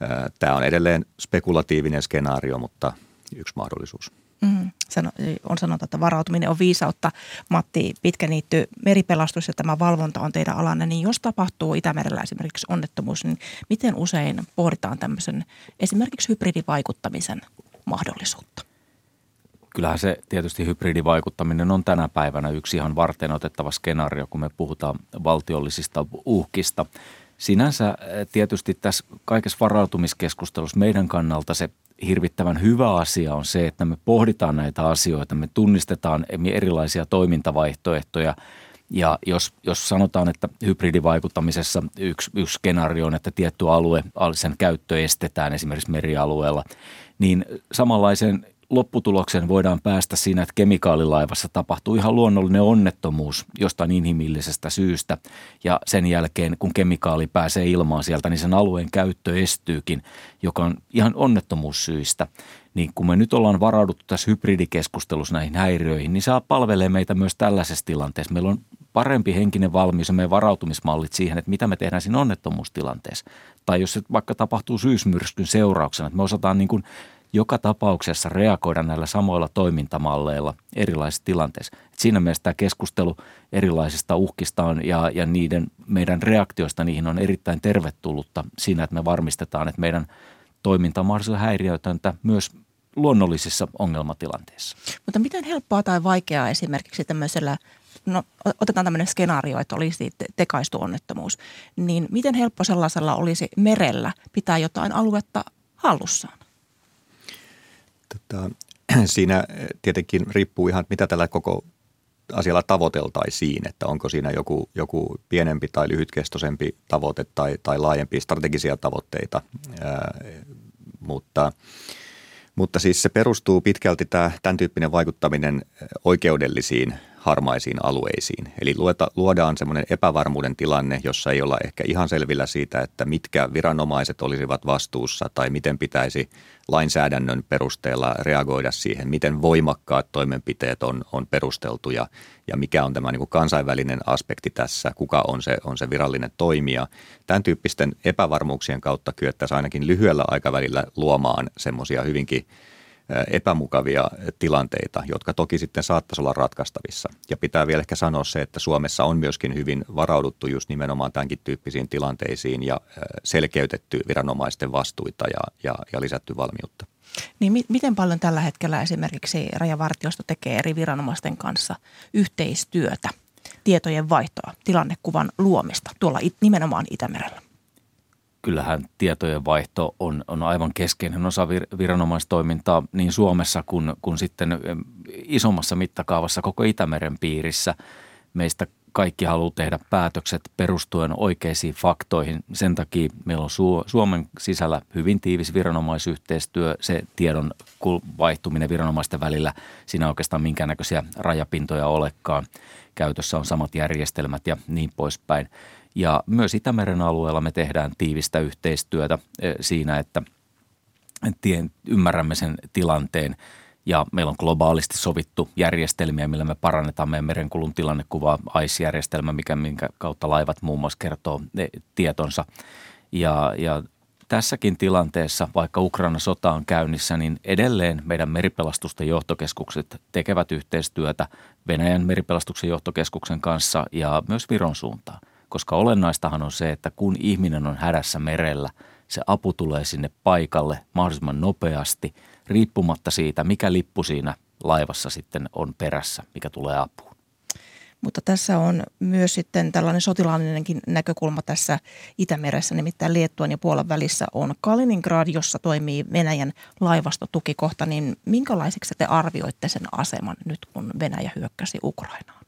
Tämä on edelleen spekulatiivinen skenaario, mutta yksi mahdollisuus. Mm, on sanottu, että varautuminen on viisautta. Matti Pitkäniitty, meripelastus ja tämä valvonta on teidän alanne, niin jos tapahtuu Itämerellä esimerkiksi onnettomuus, niin miten usein pohditaan tämmöisen esimerkiksi hybridivaikuttamisen mahdollisuutta? Kyllähän se tietysti hybridivaikuttaminen on tänä päivänä yksi ihan varten otettava skenaario, kun me puhutaan valtiollisista uhkista. Sinänsä tietysti tässä kaikessa varautumiskeskustelussa meidän kannalta se hirvittävän hyvä asia on se, että me pohditaan näitä asioita, me tunnistetaan erilaisia toimintavaihtoehtoja. Ja jos, jos sanotaan, että hybridivaikuttamisessa yksi, yksi skenaario on, että tietty alue, sen käyttö estetään esimerkiksi merialueella, niin samanlaisen lopputuloksen voidaan päästä siinä, että kemikaalilaivassa tapahtuu ihan luonnollinen onnettomuus jostain inhimillisestä syystä. Ja sen jälkeen, kun kemikaali pääsee ilmaan sieltä, niin sen alueen käyttö estyykin, joka on ihan onnettomuussyistä. Niin kun me nyt ollaan varauduttu tässä hybridikeskustelussa näihin häiriöihin, niin se palvelee meitä myös tällaisessa tilanteessa. Meillä on parempi henkinen valmius ja meidän varautumismallit siihen, että mitä me tehdään siinä onnettomuustilanteessa. Tai jos se vaikka tapahtuu syysmyrskyn seurauksena, että me osataan niin kuin joka tapauksessa reagoida näillä samoilla toimintamalleilla erilaisissa tilanteissa. Et siinä mielessä tämä keskustelu erilaisista uhkista on ja, ja niiden meidän reaktioista niihin on erittäin tervetullutta siinä, että me varmistetaan, että meidän toiminta on mahdollisimman häiriötöntä myös luonnollisissa ongelmatilanteissa. Mutta miten helppoa tai vaikeaa esimerkiksi tämmöisellä, no otetaan tämmöinen skenaario, että olisi tekaistu onnettomuus, niin miten helppo sellaisella olisi merellä pitää jotain aluetta hallussaan? Tota, siinä tietenkin riippuu ihan, mitä tällä koko asialla tavoiteltaisiin, että onko siinä joku, joku pienempi tai lyhytkestoisempi tavoite tai, tai laajempia strategisia tavoitteita, Ää, mutta, mutta siis se perustuu pitkälti tämä, tämän tyyppinen vaikuttaminen oikeudellisiin harmaisiin alueisiin. Eli luota, luodaan semmoinen epävarmuuden tilanne, jossa ei olla ehkä ihan selvillä siitä, että mitkä viranomaiset olisivat vastuussa tai miten pitäisi lainsäädännön perusteella reagoida siihen, miten voimakkaat toimenpiteet on, on perusteltuja ja mikä on tämä niin kuin kansainvälinen aspekti tässä, kuka on se, on se virallinen toimija. Tämän tyyppisten epävarmuuksien kautta kyettäisiin ainakin lyhyellä aikavälillä luomaan semmoisia hyvinkin epämukavia tilanteita, jotka toki sitten saattaisi olla ratkaistavissa. Ja pitää vielä ehkä sanoa se, että Suomessa on myöskin hyvin varauduttu just nimenomaan tämänkin tyyppisiin tilanteisiin ja selkeytetty viranomaisten vastuita ja, ja, ja lisätty valmiutta. Niin mi- miten paljon tällä hetkellä esimerkiksi Rajavartiosto tekee eri viranomaisten kanssa yhteistyötä, tietojen vaihtoa, tilannekuvan luomista tuolla it- nimenomaan Itämerellä? Kyllähän tietojen vaihto on, on aivan keskeinen osa vir, viranomaistoimintaa niin Suomessa kuin, kuin sitten isommassa mittakaavassa koko Itämeren piirissä. Meistä kaikki haluaa tehdä päätökset perustuen oikeisiin faktoihin. Sen takia meillä on Suomen sisällä hyvin tiivis viranomaisyhteistyö, se tiedon vaihtuminen viranomaisten välillä. Siinä oikeastaan minkäännäköisiä rajapintoja olekaan. Käytössä on samat järjestelmät ja niin poispäin. Ja myös Itämeren alueella me tehdään tiivistä yhteistyötä siinä, että ymmärrämme sen tilanteen ja meillä on globaalisti sovittu järjestelmiä, millä me parannetaan meidän merenkulun tilannekuvaa, A I S-järjestelmä, mikä, minkä kautta laivat muun muassa kertoo tietonsa. Ja, ja tässäkin tilanteessa, vaikka Ukraina sota on käynnissä, niin edelleen meidän meripelastusten johtokeskukset tekevät yhteistyötä Venäjän meripelastuksen johtokeskuksen kanssa ja myös Viron suuntaan. Koska olennaistahan on se, että kun ihminen on hädässä merellä, se apu tulee sinne paikalle mahdollisimman nopeasti, riippumatta siitä, mikä lippu siinä laivassa sitten on perässä, mikä tulee apuun. Mutta tässä on myös sitten tällainen sotilaallinenkin näkökulma tässä Itämeressä, nimittäin Liettuan ja Puolan välissä on Kaliningrad, jossa toimii Venäjän laivastotukikohta. Niin minkälaiseksi te arvioitte sen aseman nyt, kun Venäjä hyökkäsi Ukrainaan?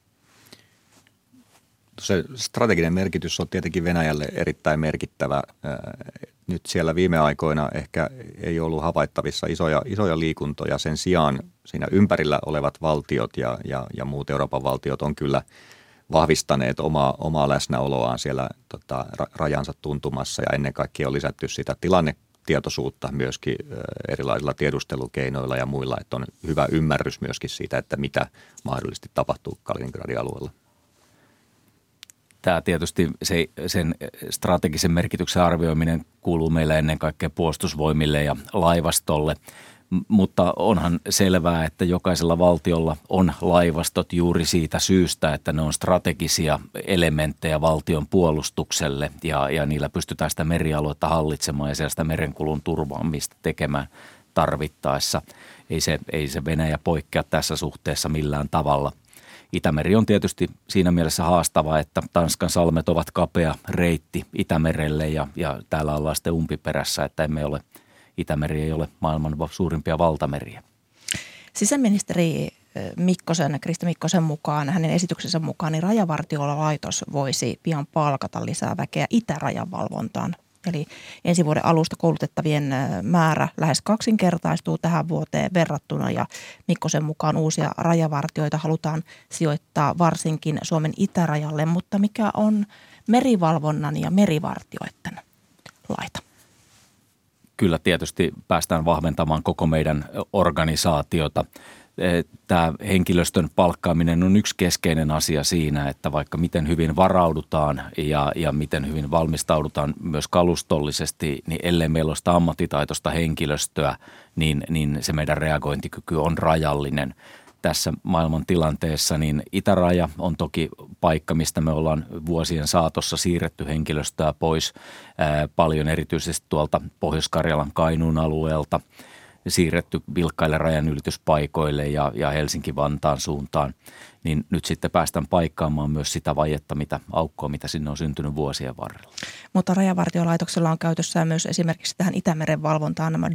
Se strateginen merkitys on tietenkin Venäjälle erittäin merkittävä. Nyt siellä viime aikoina ehkä ei ollut havaittavissa isoja, isoja liikuntoja. Sen sijaan siinä ympärillä olevat valtiot ja, ja, ja muut Euroopan valtiot on kyllä vahvistaneet omaa, omaa läsnäoloaan siellä tota, rajansa tuntumassa ja ennen kaikkea on lisätty sitä tilannetietoisuutta myöskin erilaisilla tiedustelukeinoilla ja muilla, että on hyvä ymmärrys myöskin siitä, että mitä mahdollisesti tapahtuu Kaliningradin alueella. Tämä tietysti se, sen strategisen merkityksen arvioiminen kuuluu meille ennen kaikkea puolustusvoimille ja laivastolle. Mutta onhan selvää, että jokaisella valtiolla on laivastot juuri siitä syystä, että ne on strategisia elementtejä valtion puolustukselle ja, ja niillä pystytään sitä merialuetta hallitsemaan ja sitä merenkulun turvaamista tekemään tarvittaessa. Ei se, ei se Venäjä poikkea tässä suhteessa millään tavalla. Itämeri on tietysti siinä mielessä haastava, että Tanskan salmet ovat kapea reitti Itämerelle ja, ja täällä ollaan sitten umpiperässä, että emme ole Itämeri ei ole maailman suurimpia valtameriä. Sisäministeri Mikkosen, Krista Mikkosen mukaan, hänen esityksensä mukaan, niin Rajavartiolaitos voisi pian palkata lisää väkeä itärajan valvontaan. Eli ensi vuoden alusta koulutettavien määrä lähes kaksinkertaistuu tähän vuoteen verrattuna ja Mikkosen mukaan uusia rajavartioita halutaan sijoittaa varsinkin Suomen itärajalle, mutta mikä on merivalvonnan ja merivartioiden laita? Kyllä tietysti päästään vahventamaan koko meidän organisaatiota. Tämä henkilöstön palkkaaminen on yksi keskeinen asia siinä, että vaikka miten hyvin varaudutaan ja, ja miten hyvin valmistaudutaan myös kalustollisesti, niin ellei meillä ole sitä ammattitaitoista henkilöstöä, niin, niin se meidän reagointikyky on rajallinen. Tässä maailman tilanteessa niin itäraja on toki paikka, mistä me ollaan vuosien saatossa siirretty henkilöstöä pois ää, paljon erityisesti tuolta Pohjois-Karjalan Kainuun alueelta, siirretty vilkkaille rajanylityspaikoille ja, ja Helsinki-Vantaan suuntaan, niin nyt sitten päästään paikkaamaan myös sitä vajetta, mitä aukkoa, mitä sinne on syntynyt vuosien varrella. Mutta Rajavartiolaitoksella on käytössään myös esimerkiksi tähän Itämeren valvontaan nämä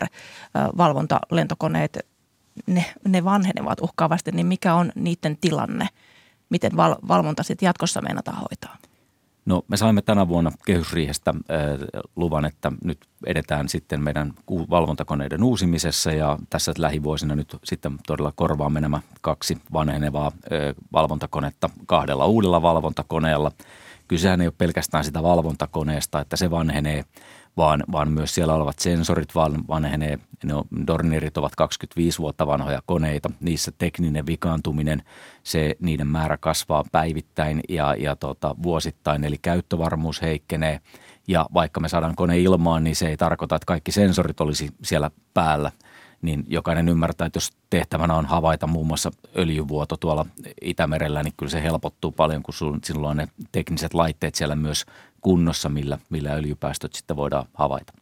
Dornier-valvontalentokoneet. Ne, ne vanhenevat uhkaavasti, niin mikä on niiden tilanne? Miten val, valvonta sitten jatkossa meinataan hoitaa? No me saimme tänä vuonna kehysriihestä äh, luvan, että nyt edetään sitten meidän valvontakoneiden uusimisessa ja tässä lähivuosina nyt sitten todella korvaamme nämä kaksi vanhenevaa äh, valvontakonetta kahdella uudella valvontakoneella. Kysehän ei ole pelkästään sitä valvontakoneesta, että se vanhenee, vaan, vaan myös siellä olevat sensorit vanhenee. Ne on, Dornierit ovat kaksikymmentäviisi vuotta vanhoja koneita. Niissä tekninen vikaantuminen, se, niiden määrä kasvaa päivittäin ja, ja tota, vuosittain, eli käyttövarmuus heikkenee. Ja vaikka me saadaan kone ilmaan, niin se ei tarkoita, että kaikki sensorit olisi siellä päällä. Niin jokainen ymmärtää, että jos tehtävänä on havaita muun muassa öljyvuoto tuolla Itämerellä, niin kyllä se helpottuu paljon, kun sinulla on ne tekniset laitteet siellä myös kunnossa, millä, millä öljypäästöt sitten voidaan havaita.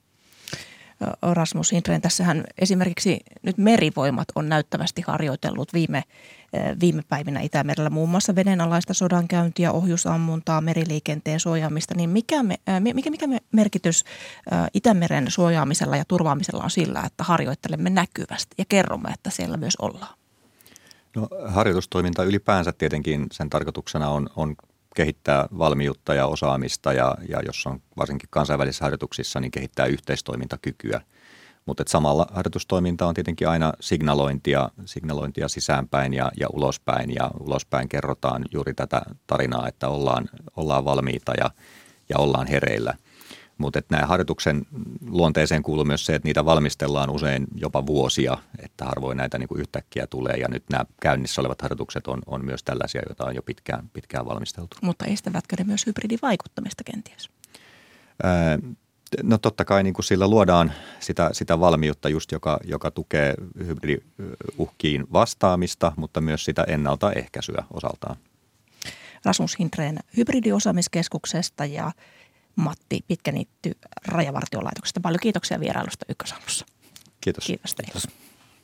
Rasmus Hindren, tässähän esimerkiksi nyt merivoimat on näyttävästi harjoitellut viime, viime päivinä Itämerellä muun muassa vedenalaista sodankäyntiä, ohjusammuntaa, meriliikenteen suojaamista. Niin mikä, me, mikä, mikä merkitys Itämeren suojaamisella ja turvaamisella on sillä, että harjoittelemme näkyvästi ja kerromme, että siellä myös ollaan? No, harjoitustoiminta ylipäänsä tietenkin sen tarkoituksena on, on kehittää valmiutta ja osaamista ja, ja jos on varsinkin kansainvälisissä harjoituksissa, niin kehittää yhteistoimintakykyä. Mutta samalla harjoitustoiminta on tietenkin aina signalointia, signalointia sisäänpäin ja, ja ulospäin ja ulospäin kerrotaan juuri tätä tarinaa, että ollaan, ollaan valmiita ja, ja ollaan hereillä. Mutta nämä harjoituksen luonteeseen kuuluu myös se, että niitä valmistellaan usein jopa vuosia, että harvoin näitä niin kuin yhtäkkiä tulee. Ja nyt nämä käynnissä olevat harjoitukset on, on myös tällaisia, joita on jo pitkään, pitkään valmisteltu. Mutta estävätkö ne myös hybridivaikuttamista kenties? Ää, no totta kai niin kuin sillä luodaan sitä, sitä valmiutta just, joka, joka tukee hybridiuhkiin vastaamista, mutta myös sitä ennaltaehkäisyä osaltaan. Rasmus Hindren Hybridiosaamiskeskuksesta ja Matti Pitkäniitty Rajavartiolaitoksesta. Paljon kiitoksia vierailusta Ykkösaamussa. Kiitos. Kiitos teille. Kiitos.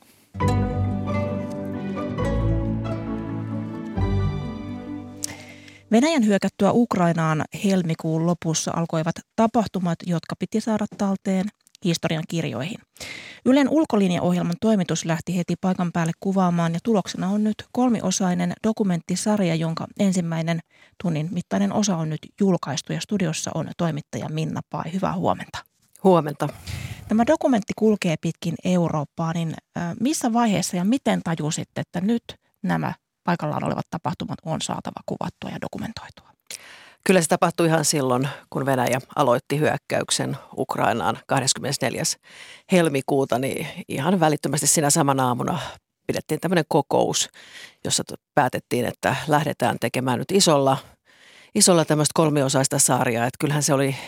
Venäjän hyökättyä Ukrainaan helmikuun lopussa alkoivat tapahtumat, jotka piti saada talteen historian kirjoihin. Ylen ulkolinjaohjelman toimitus lähti heti paikan päälle kuvaamaan ja tuloksena on nyt kolmiosainen dokumenttisarja, jonka ensimmäinen tunnin mittainen osa on nyt julkaistu ja studiossa on toimittaja Minna Pai. Hyvää huomenta. Huomenta. Tämä dokumentti kulkee pitkin Eurooppaa, niin missä vaiheessa ja miten tajusitte, että nyt nämä paikallaan olevat tapahtumat on saatava kuvattua ja dokumentoitua? Kyllä se tapahtui ihan silloin, kun Venäjä aloitti hyökkäyksen Ukrainaan kahdeskymmenesneljäs helmikuuta, niin ihan välittömästi siinä samana aamuna pidettiin tämmöinen kokous, jossa päätettiin, että lähdetään tekemään nyt isolla isolla tämmöistä kolmiosaista sarjaa, että kyllähän se oli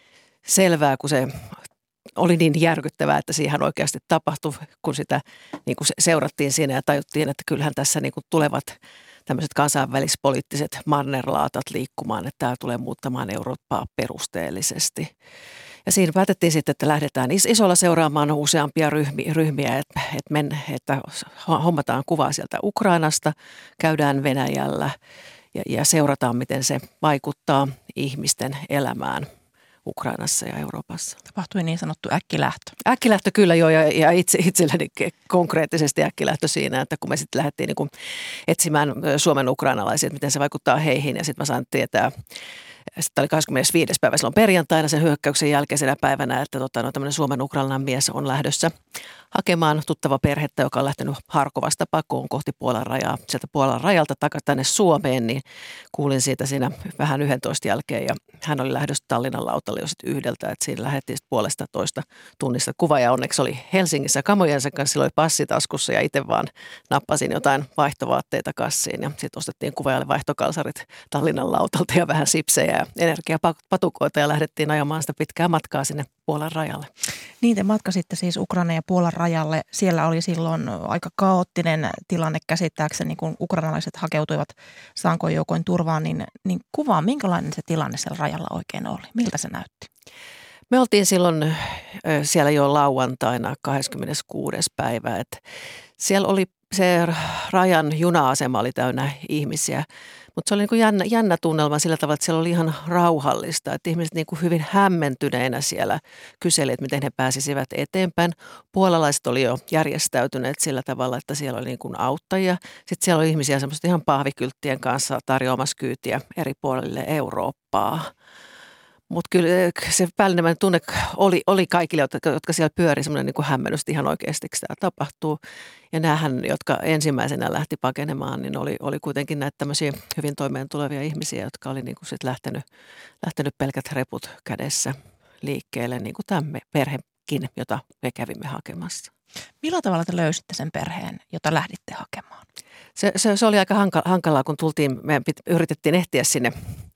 selvää, kun se oli niin järkyttävää, että siihen oikeasti tapahtui, kun sitä niin kuin seurattiin siinä ja tajuttiin, että kyllähän tässä niin kuin tulevat tämmöiset kansainvälispoliittiset mannerlaatat liikkumaan, että tämä tulee muuttamaan Eurooppaa perusteellisesti. Ja siinä päätettiin sitten, että lähdetään isolla seuraamaan useampia ryhmiä, että, että, men, että hommataan kuvaa sieltä Ukrainasta, käydään Venäjällä ja, ja seurataan, miten se vaikuttaa ihmisten elämään Ukrainassa ja Euroopassa. Tapahtui niin sanottu äkkilähtö. Äkkilähtö kyllä joo, ja, ja itse, itselleni konkreettisesti äkkilähtö siinä, että kun me sitten lähdettiin niin kuin etsimään Suomen ukrainalaisia, että miten se vaikuttaa heihin, ja sitten mä sain tietää, sitten oli kahdeskymmenesviides päivä silloin perjantaina sen hyökkäyksen jälkeisenä päivänä, että tota, no, tämmöinen Suomen ukrainalainen mies on lähdössä hakemaan tuttava perhettä, joka on lähtenyt Harkovasta pakoon kohti Puolan rajaa. Sieltä Puolan rajalta takaisin tänne Suomeen, niin kuulin siitä siinä vähän yhdentoista jälkeen. Ja hän oli lähdössä Tallinnan lautalle jo sitten yhdeltä, että siinä lähdettiin puolesta toista tunnista kuva. Ja onneksi oli Helsingissä kamojensa kanssa, sillä oli passi taskussa ja itse vaan nappasin jotain vaihtovaatteita kassiin. Ja sitten ostettiin kuvaajalle vaihtokalsarit Tallinnan lautalta ja vähän sipsejä ja energiapatukoita ja lähdettiin ajamaan sitä pitkää matkaa sinne Puolan rajalle. Niin, te matkasitte siis Ukraina ja Puolan rajalle. Siellä oli silloin aika kaoottinen tilanne käsittääkseni, kun ukrainalaiset hakeutuivat sankoin joukoin turvaan, niin, niin kuvaa, minkälainen se tilanne siellä rajalla oikein oli? Miltä se näytti? Me oltiin silloin siellä jo lauantaina kahdeskymmeneskuudes päivä, että siellä oli se rajan juna-asema oli täynnä ihmisiä, mutta se oli niin kuin jännä, jännä tunnelma sillä tavalla, että siellä oli ihan rauhallista, että ihmiset niin kuin hyvin hämmentyneinä siellä kyseli, että miten he pääsisivät eteenpäin. Puolalaiset oli jo järjestäytyneet sillä tavalla, että siellä oli niin kuin auttajia. Sitten siellä oli ihmisiä semmoista ihan pahvikylttien kanssa tarjoamassa kyytiä eri puolille Eurooppaa. Mutta kyllä se päällimmäinen tunne oli, oli kaikille, jotka, jotka siellä pyöri, semmoinen niin kuin hämmennys, että ihan oikeasti tämä tapahtuu. Ja näähän, jotka ensimmäisenä lähti pakenemaan, niin oli, oli kuitenkin näitä tämmöisiä hyvin toimeen tulevia ihmisiä, jotka oli niin kuin sit lähtenyt, lähtenyt pelkät reput kädessä liikkeelle, niin kuin tämä perhekin, jota me kävimme hakemassa. Millä tavalla te löysitte sen perheen, jota lähditte hakemaan? Se, se, se oli aika hankalaa, kun tultiin, me yritettiin ehtiä sinne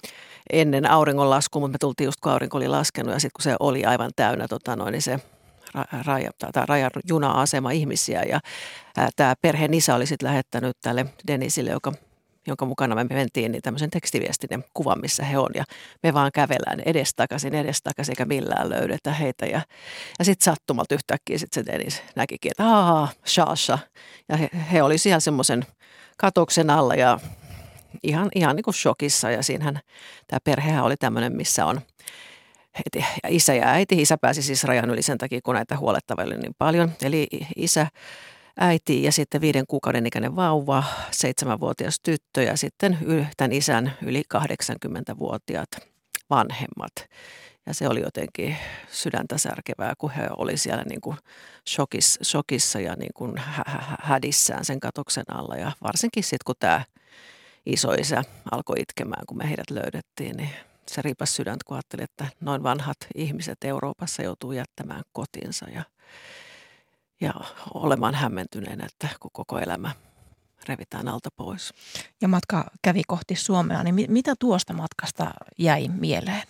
ennen auringonlaskua, mutta me tultiin just kun aurinko oli laskenut ja sitten kun se oli aivan täynnä tota noin, niin se raja, rajan juna-asema ihmisiä ja ää, tämä perheen isä oli sitten lähettänyt tälle Denisille, joka, jonka mukana me mentiin, niin tämmöisen tekstiviestin ja kuvan, missä he on ja me vaan kävellään edestakaisin, edestakaisin eikä millään löydetä heitä ja, ja sitten sattumalta yhtäkkiä sitten se Denis näkikin, että aah, Shasha ja he, he oli siellä semmoisen katoksen alla ja Ihan, ihan niin kuin shokissa ja siinähän tämä perhehän oli tämmöinen, missä on isä ja äiti. Isä pääsi siis rajan yli sen takia, kun näitä huolettavia oli niin paljon. Eli isä, äiti ja sitten viiden kuukauden ikäinen vauva, seitsemänvuotias tyttö ja sitten tämän isän yli kahdeksankymmentävuotiaat vanhemmat. Ja se oli jotenkin sydäntä särkevää, kun he oli siellä niin kuin shokissa, shokissa ja niin kuin hädissään sen katoksen alla. Ja varsinkin sitten, kun tämä isoisä alkoi itkemään, kun me heidät löydettiin, niin se riipasi sydäntä, kun ajatteli, että noin vanhat ihmiset Euroopassa joutuu jättämään kotinsa ja, ja olemaan hämmentyneenä, että kun koko elämä revitään alta pois. Ja matka kävi kohti Suomea, niin mitä tuosta matkasta jäi mieleen?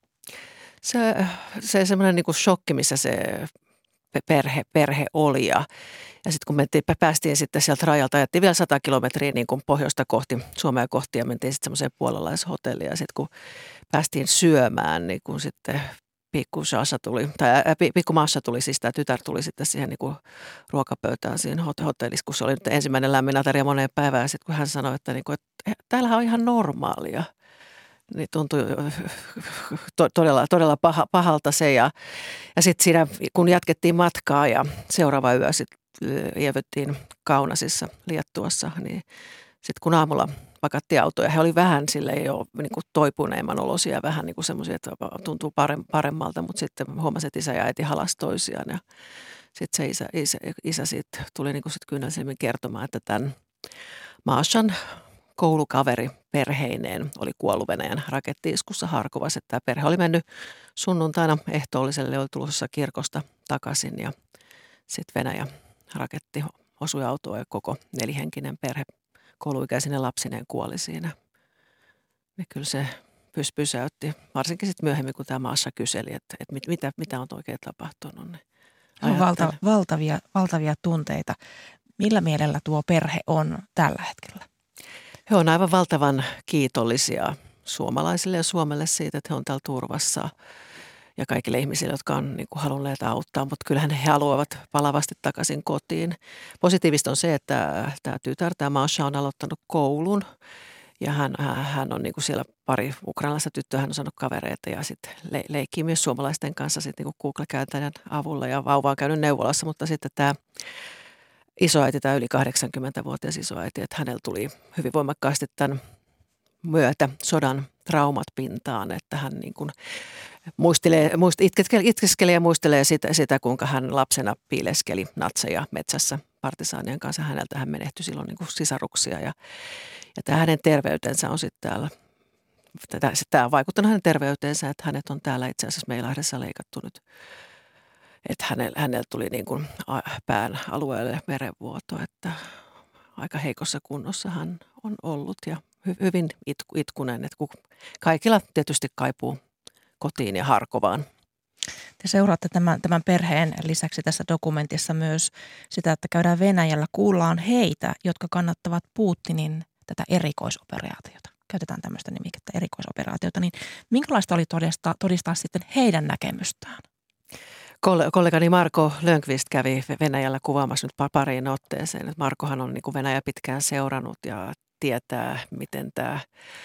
Se, se semmoinen niin kuin shokki, missä se perhe, perhe oli ja Ja sitten kun mentiin, päästiin sitten sieltä rajalta, ajettiin vielä sata kilometriä niin kuin pohjoista kohti, Suomea kohti ja mentiin sitten semmoiseen puolalaishotelliin. Ja sitten kun päästiin syömään, niin kun sitten pikku Shasha tuli, tai pikku Masha tuli, siis tämä tytär tuli sitten siihen niin kuin ruokapöytään siinä hotellissa, kun se oli nyt ensimmäinen lämmin ateria moneen päivään. Ja sitten kun hän sanoi, että, niin kuin, että täällähän on ihan normaalia, niin tuntui to, todella, todella paha, pahalta se. Ja, ja sitten siinä, kun jatkettiin matkaa ja seuraava yö sitten, lievyttiin Kaunasissa Liettuassa, niin sitten kun aamulla pakattiin autoja, he oli vähän silleen jo niin kuin toipuneemman olosia, vähän niin kuin semmoisia, että tuntuu paremmalta, mutta sitten huomasi, että isä ja äiti halasi toisiaan ja sitten se isä, isä, isä siitä tuli niin kuin sitten kyynellisemmin kertomaan, että tämän Mashan koulukaveri perheineen oli kuollut Venäjän rakettiiskussa Harkovassa, että tämä perhe oli mennyt sunnuntaina ehtoolliselle, oli tulossa kirkosta takaisin ja sitten Venäjä raketti osui autoon ja koko nelihenkinen perhe kouluikäisinen lapsineen kuoli siinä. Ja kyllä se pys, pysäytti. Varsinkin sitten myöhemmin, kun tämä Masha kyseli, että, että mit, mitä, mitä on oikein tapahtunut. Niin on valta, valtavia, valtavia tunteita. Millä mielellä tuo perhe on tällä hetkellä? He on aivan valtavan kiitollisia suomalaisille ja Suomelle siitä, että he on täällä turvassa ja kaikille ihmisille, jotka on niin kuin halunneet auttaa, mutta kyllähän he haluavat palavasti takaisin kotiin. Positiivista on se, että tämä tytär, tämä Masha, on aloittanut koulun ja hän, hän on niin kuin siellä pari ukrainalaista tyttöä, hän on saanut kavereita ja sitten le, leikkii myös suomalaisten kanssa sitten niin kuin Google-kääntäjän avulla ja vauva on käynyt neuvolassa, mutta sitten tämä isoäiti, tämä yli kahdeksankymmentävuotias isoäiti, että hänellä tuli hyvin voimakkaasti tämän myötä sodan traumat pintaan, että hän niin kuin muistelee, muist, itkeskelee ja muistelee sitä, sitä, kuinka hän lapsena piileskeli natseja metsässä partisaanien kanssa. Häneltä hän menehtyi silloin niin kuin sisaruksia ja, ja tämä hänen terveytensä on sitten täällä, tämä on vaikuttanut hänen terveyteensä, että hänet on täällä itse asiassa Meilahdessa leikattu nyt. Että hänellä, hänellä tuli niin kuin pään alueelle verenvuoto, että aika heikossa kunnossa hän on ollut ja hy, hyvin itku, itkunen, että kun kaikilla tietysti kaipuu kotiin ja Harkovaan. Te seuraatte tämän, tämän perheen lisäksi tässä dokumentissa myös sitä, että käydään Venäjällä, kuullaan heitä, jotka kannattavat Putinin tätä erikoisoperaatiota. Käytetään tämmöistä nimikettä erikoisoperaatiota, niin minkälaista oli todistaa, todistaa sitten heidän näkemystään? Kollegani Marko Lönkvist kävi Venäjällä kuvaamassa nyt pariin otteeseen. Markohan on niin kuin Venäjä pitkään seurannut ja tietää, miten tämä,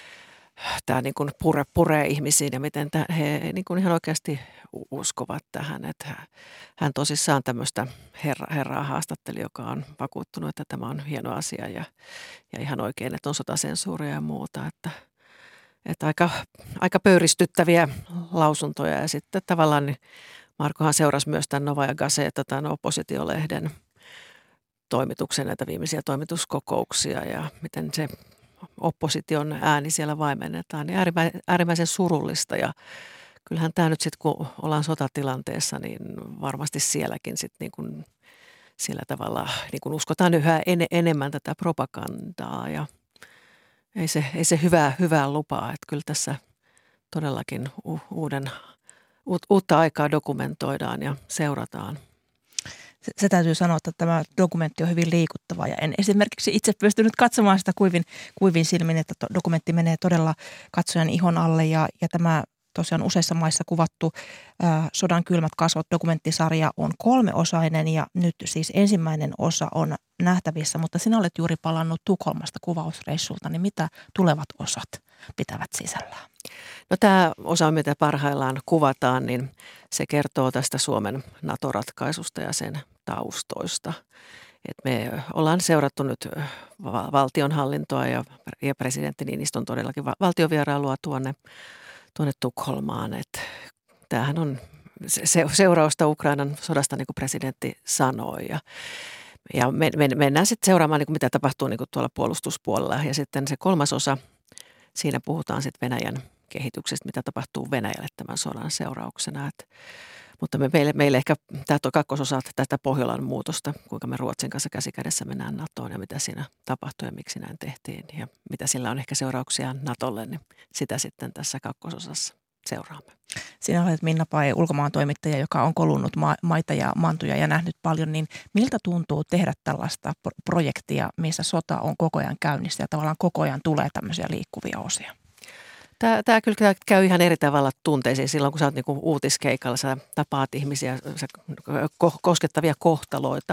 tämä niin kuin pure, puree ihmisiin ja miten tämä, he niin kuin ihan oikeasti uskovat tähän. Että hän tosissaan tämmöistä herra, herraa haastatteli, joka on vakuuttunut, että tämä on hieno asia ja, ja ihan oikein, että on sotasensuuria ja muuta. Että, että aika, aika pöyristyttäviä lausuntoja ja sitten tavallaan niin Markohan seurasi myös tämän Novaja Gazeta, tämän oppositiolehden toimituksen, näitä viimeisiä toimituskokouksia ja miten se opposition ääni siellä vaimennetaan. Niin äärimmäisen, äärimmäisen surullista ja kyllähän tämä nyt sitten, kun ollaan sotatilanteessa, niin varmasti sielläkin sitten niin kuin sillä tavalla niin kuin uskotaan yhä en, enemmän tätä propagandaa ja ei se, ei se hyvää, hyvää lupaa, että kyllä tässä todellakin u, uuden uutta aikaa dokumentoidaan ja seurataan. Se, se täytyy sanoa, että tämä dokumentti on hyvin liikuttava ja en esimerkiksi itse pystynyt katsomaan sitä kuivin, kuivin silmin, että to, dokumentti menee todella katsojan ihon alle ja, ja tämä tosiaan useissa maissa kuvattu ää, Sodan kylmät kasvot -dokumenttisarja on kolmeosainen ja nyt siis ensimmäinen osa on nähtävissä, mutta sinä olet juuri palannut Tukholmasta kuvausreissulta, niin mitä tulevat osat pitävät sisällään? No tämä osa, mitä parhaillaan kuvataan, niin se kertoo tästä Suomen NATO-ratkaisusta ja sen taustoista. Et me ollaan seurattu nyt valtionhallintoa ja, ja presidentti Niinistön todellakin valtiovierailua tuonne, tuonne Tukholmaan. Et tämähän on se, seurausta Ukrainan sodasta, niin kuin presidentti sanoi. Ja, ja me, me, mennään sitten seuraamaan, niin kuin mitä tapahtuu niin kuin tuolla puolustuspuolella. Ja sitten se kolmas osa, siinä puhutaan sitten Venäjän kehityksestä, mitä tapahtuu Venäjälle tämän sodan seurauksena. Et, mutta me, meille, meille ehkä tämä kakkososa tätä Pohjolan muutosta, kuinka me Ruotsin kanssa käsikädessä mennään NATOon ja mitä siinä tapahtui ja miksi näin tehtiin ja mitä sillä on ehkä seurauksia NATOlle, niin sitä sitten tässä kakkososassa seuraamme. Sinä olet Minna Pai, ulkomaan toimittaja, joka on kolunnut ma- maita ja mantuja ja nähnyt paljon, niin miltä tuntuu tehdä tällaista projektia, missä sota on koko ajan käynnissä ja tavallaan koko ajan tulee tämmöisiä liikkuvia osia? Tämä, tämä kyllä käy ihan eri tavalla tunteisiin silloin, kun sä oot niinku uutiskeikalla, sä tapaat ihmisiä, sä koskettavia kohtaloita,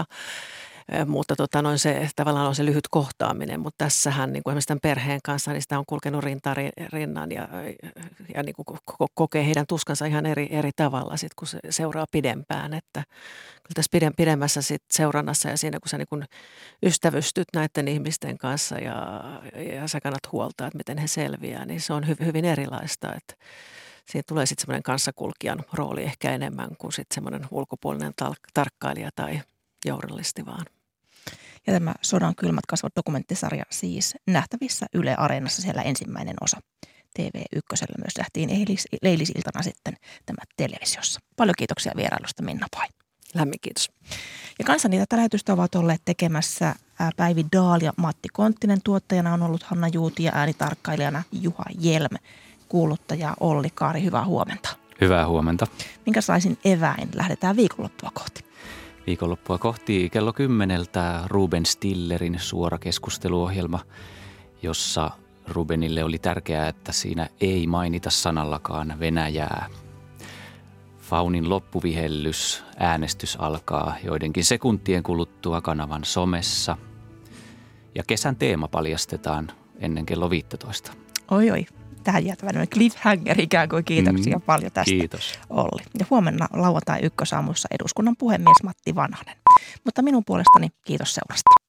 mutta tota, noin se, tavallaan on se lyhyt kohtaaminen, mutta tässähän niin kuin esimerkiksi tämän perheen kanssa, niin sitä on kulkenut rintaan rinnan ja, ja niin kuin kokee heidän tuskansa ihan eri, eri tavalla, sit, kun se seuraa pidempään. Että kyllä tässä pidemmässä sit seurannassa ja siinä, kun sä niin kuin ystävystyt näiden ihmisten kanssa ja, ja sä kannat huolta, että miten he selviää, niin se on hy, hyvin erilaista. Että siitä tulee sitten semmoinen kanssakulkijan rooli ehkä enemmän kuin sitten semmoinen ulkopuolinen tarkkailija tai journalisti vaan. Ja tämä Sodan kylmät kasvot -dokumenttisarja siis nähtävissä Yle Areenassa, siellä ensimmäinen osa. T V ykkösellä myös nähtiin eilis, eilisiltana sitten tämä televisiossa. Paljon kiitoksia vierailusta, Minna Pai. Lämmin kiitos. Ja kanssani tätä lähetystä ovat olleet tekemässä Päivi Dahl ja Matti Konttinen. Tuottajana on ollut Hanna Juuti ja äänitarkkailijana Juha Jelm. kuuluttaja Olli Kaari, hyvää huomenta. Hyvää huomenta. Minkälaisin eväin lähdetään viikonloppua kohti? Viikonloppua kohti kello kymmeneltä Ruben Stillerin suora keskusteluohjelma, jossa Rubenille oli tärkeää, että siinä ei mainita sanallakaan Venäjää. Faunin loppuvihellys, äänestys alkaa joidenkin sekuntien kuluttua kanavan somessa. Ja kesän teema paljastetaan ennen kello viisitoista. Oi oi, tähän jää tämmöinen cliffhanger ikään kuin. Kiitoksia mm, paljon tästä, kiitos. Olli. Ja huomenna lauantai ykkösaamussa eduskunnan puhemies Matti Vanhanen. Mutta minun puolestani kiitos seurasta.